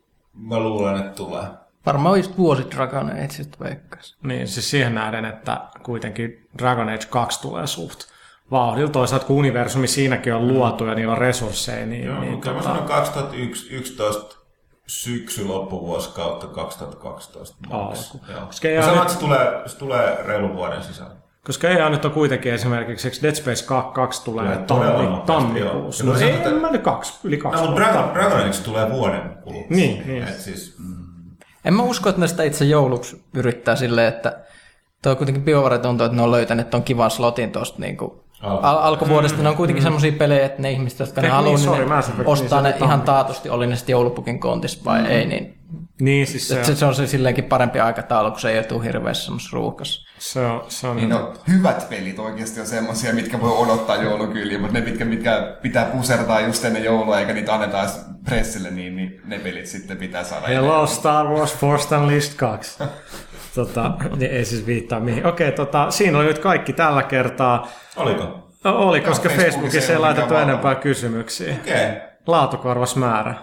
Mä luulen, että tulee. Varmaan olisi vuosi Dragon Agesta veikkaisi. Niin, siis siihen nähden, että kuitenkin Dragon Age kaksi tulee suht vauhdilla. Toisaalta kun universumi siinäkin on luotu ja niillä on resursseja, niin... Joo, niin mutta tota... mä sanon kaksituhattayksitoista syksy loppuvuosi kautta kaksituhattakaksitoista. Alku. Mä sanon, että se tulee, se tulee reilun vuoden sisällä. Koska E A nyt on kuitenkin esimerkiksi, eikö Dead Space kaksi tulee tammikuussa? No ei, en mä nyt kaksi, yli kaksi. No, mutta Dragon, Dragon Age tulee vuoden kuluttua. Niin, niin. Siis, mm. En mä usko, että ne sitä itse jouluksi yrittää silleen, että tuo kuitenkin BioWare tuntuu, että ne on löytänyt ton kivan slotin tuosta niinku al- alkuvuodesta. Mm. Ne on kuitenkin mm. semmosia pelejä, että ne ihmiset, jotka ne haluaa, niin, niin ostaa ne ihan taatusti, oli ne sitten joulupukin kontissa vai mm. ei, niin Niin, siis se, se, se on se silleenkin parempi aikataulu, kun se ei tule hirveässä semmoisessa ruuhkassa. Se on, se on niin no, hyvät pelit oikeasti on semmosia, mitkä voi odottaa joulukyliin, mutta ne, mitkä, mitkä pitää pusertaa just ennen joulua, eikä niitä annetaan pressille, niin, niin ne pelit sitten pitää saada. Hello edelleen. Star Wars Force Unleashed kaksi. tota, niin ei siis viittaa mihin. Okei, tota, siinä oli nyt kaikki tällä kertaa. Oliko? No, oli, koska no, Facebookissa ei laitettu enempää kysymyksiä. Okei. Okay. Laatukorvas määrä.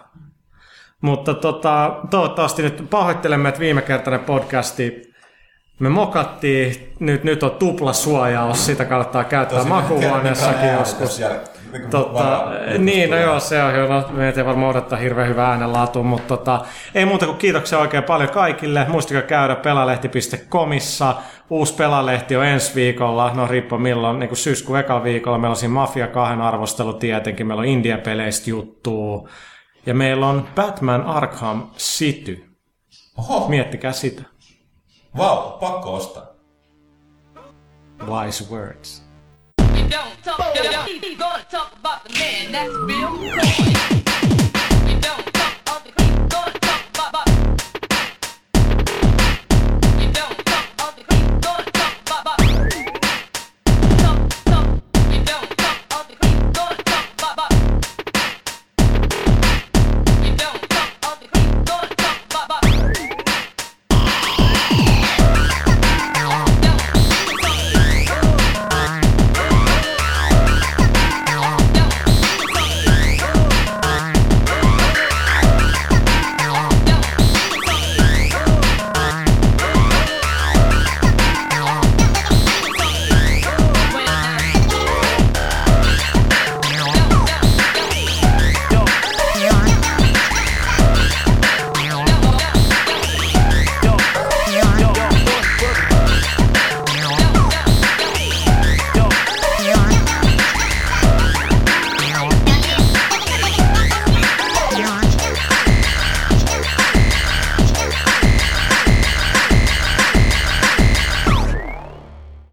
Mutta tota, toivottavasti nyt pahoittelemme, että viimekertainen podcasti me mokattiin. Nyt, nyt on tupla suojaus, sitä kannattaa käyttää makuuhuoneessakin joskus. Tota, niin, no joo, se on hyvä. Me ei varmaan odottaa hirveän hyvää äänenlaatua, mutta tota, ei muuta kuin kiitoksia oikein paljon kaikille. Muistakaa käydä pelalehti piste comissa. Uusi Pelalehti on ensi viikolla, no riippuu milloin, niin kuin syyskuun ekalla viikolla. Meillä on siinä Mafia kahden arvostelu tietenkin, meillä on India-peleistä juttua. Ja meillä on Batman Arkham City. Oho. Miettikää sitä. Vau, wow, pakko ostaa. Wise words. You don't talk, you don't, you don't talk about the man that's real.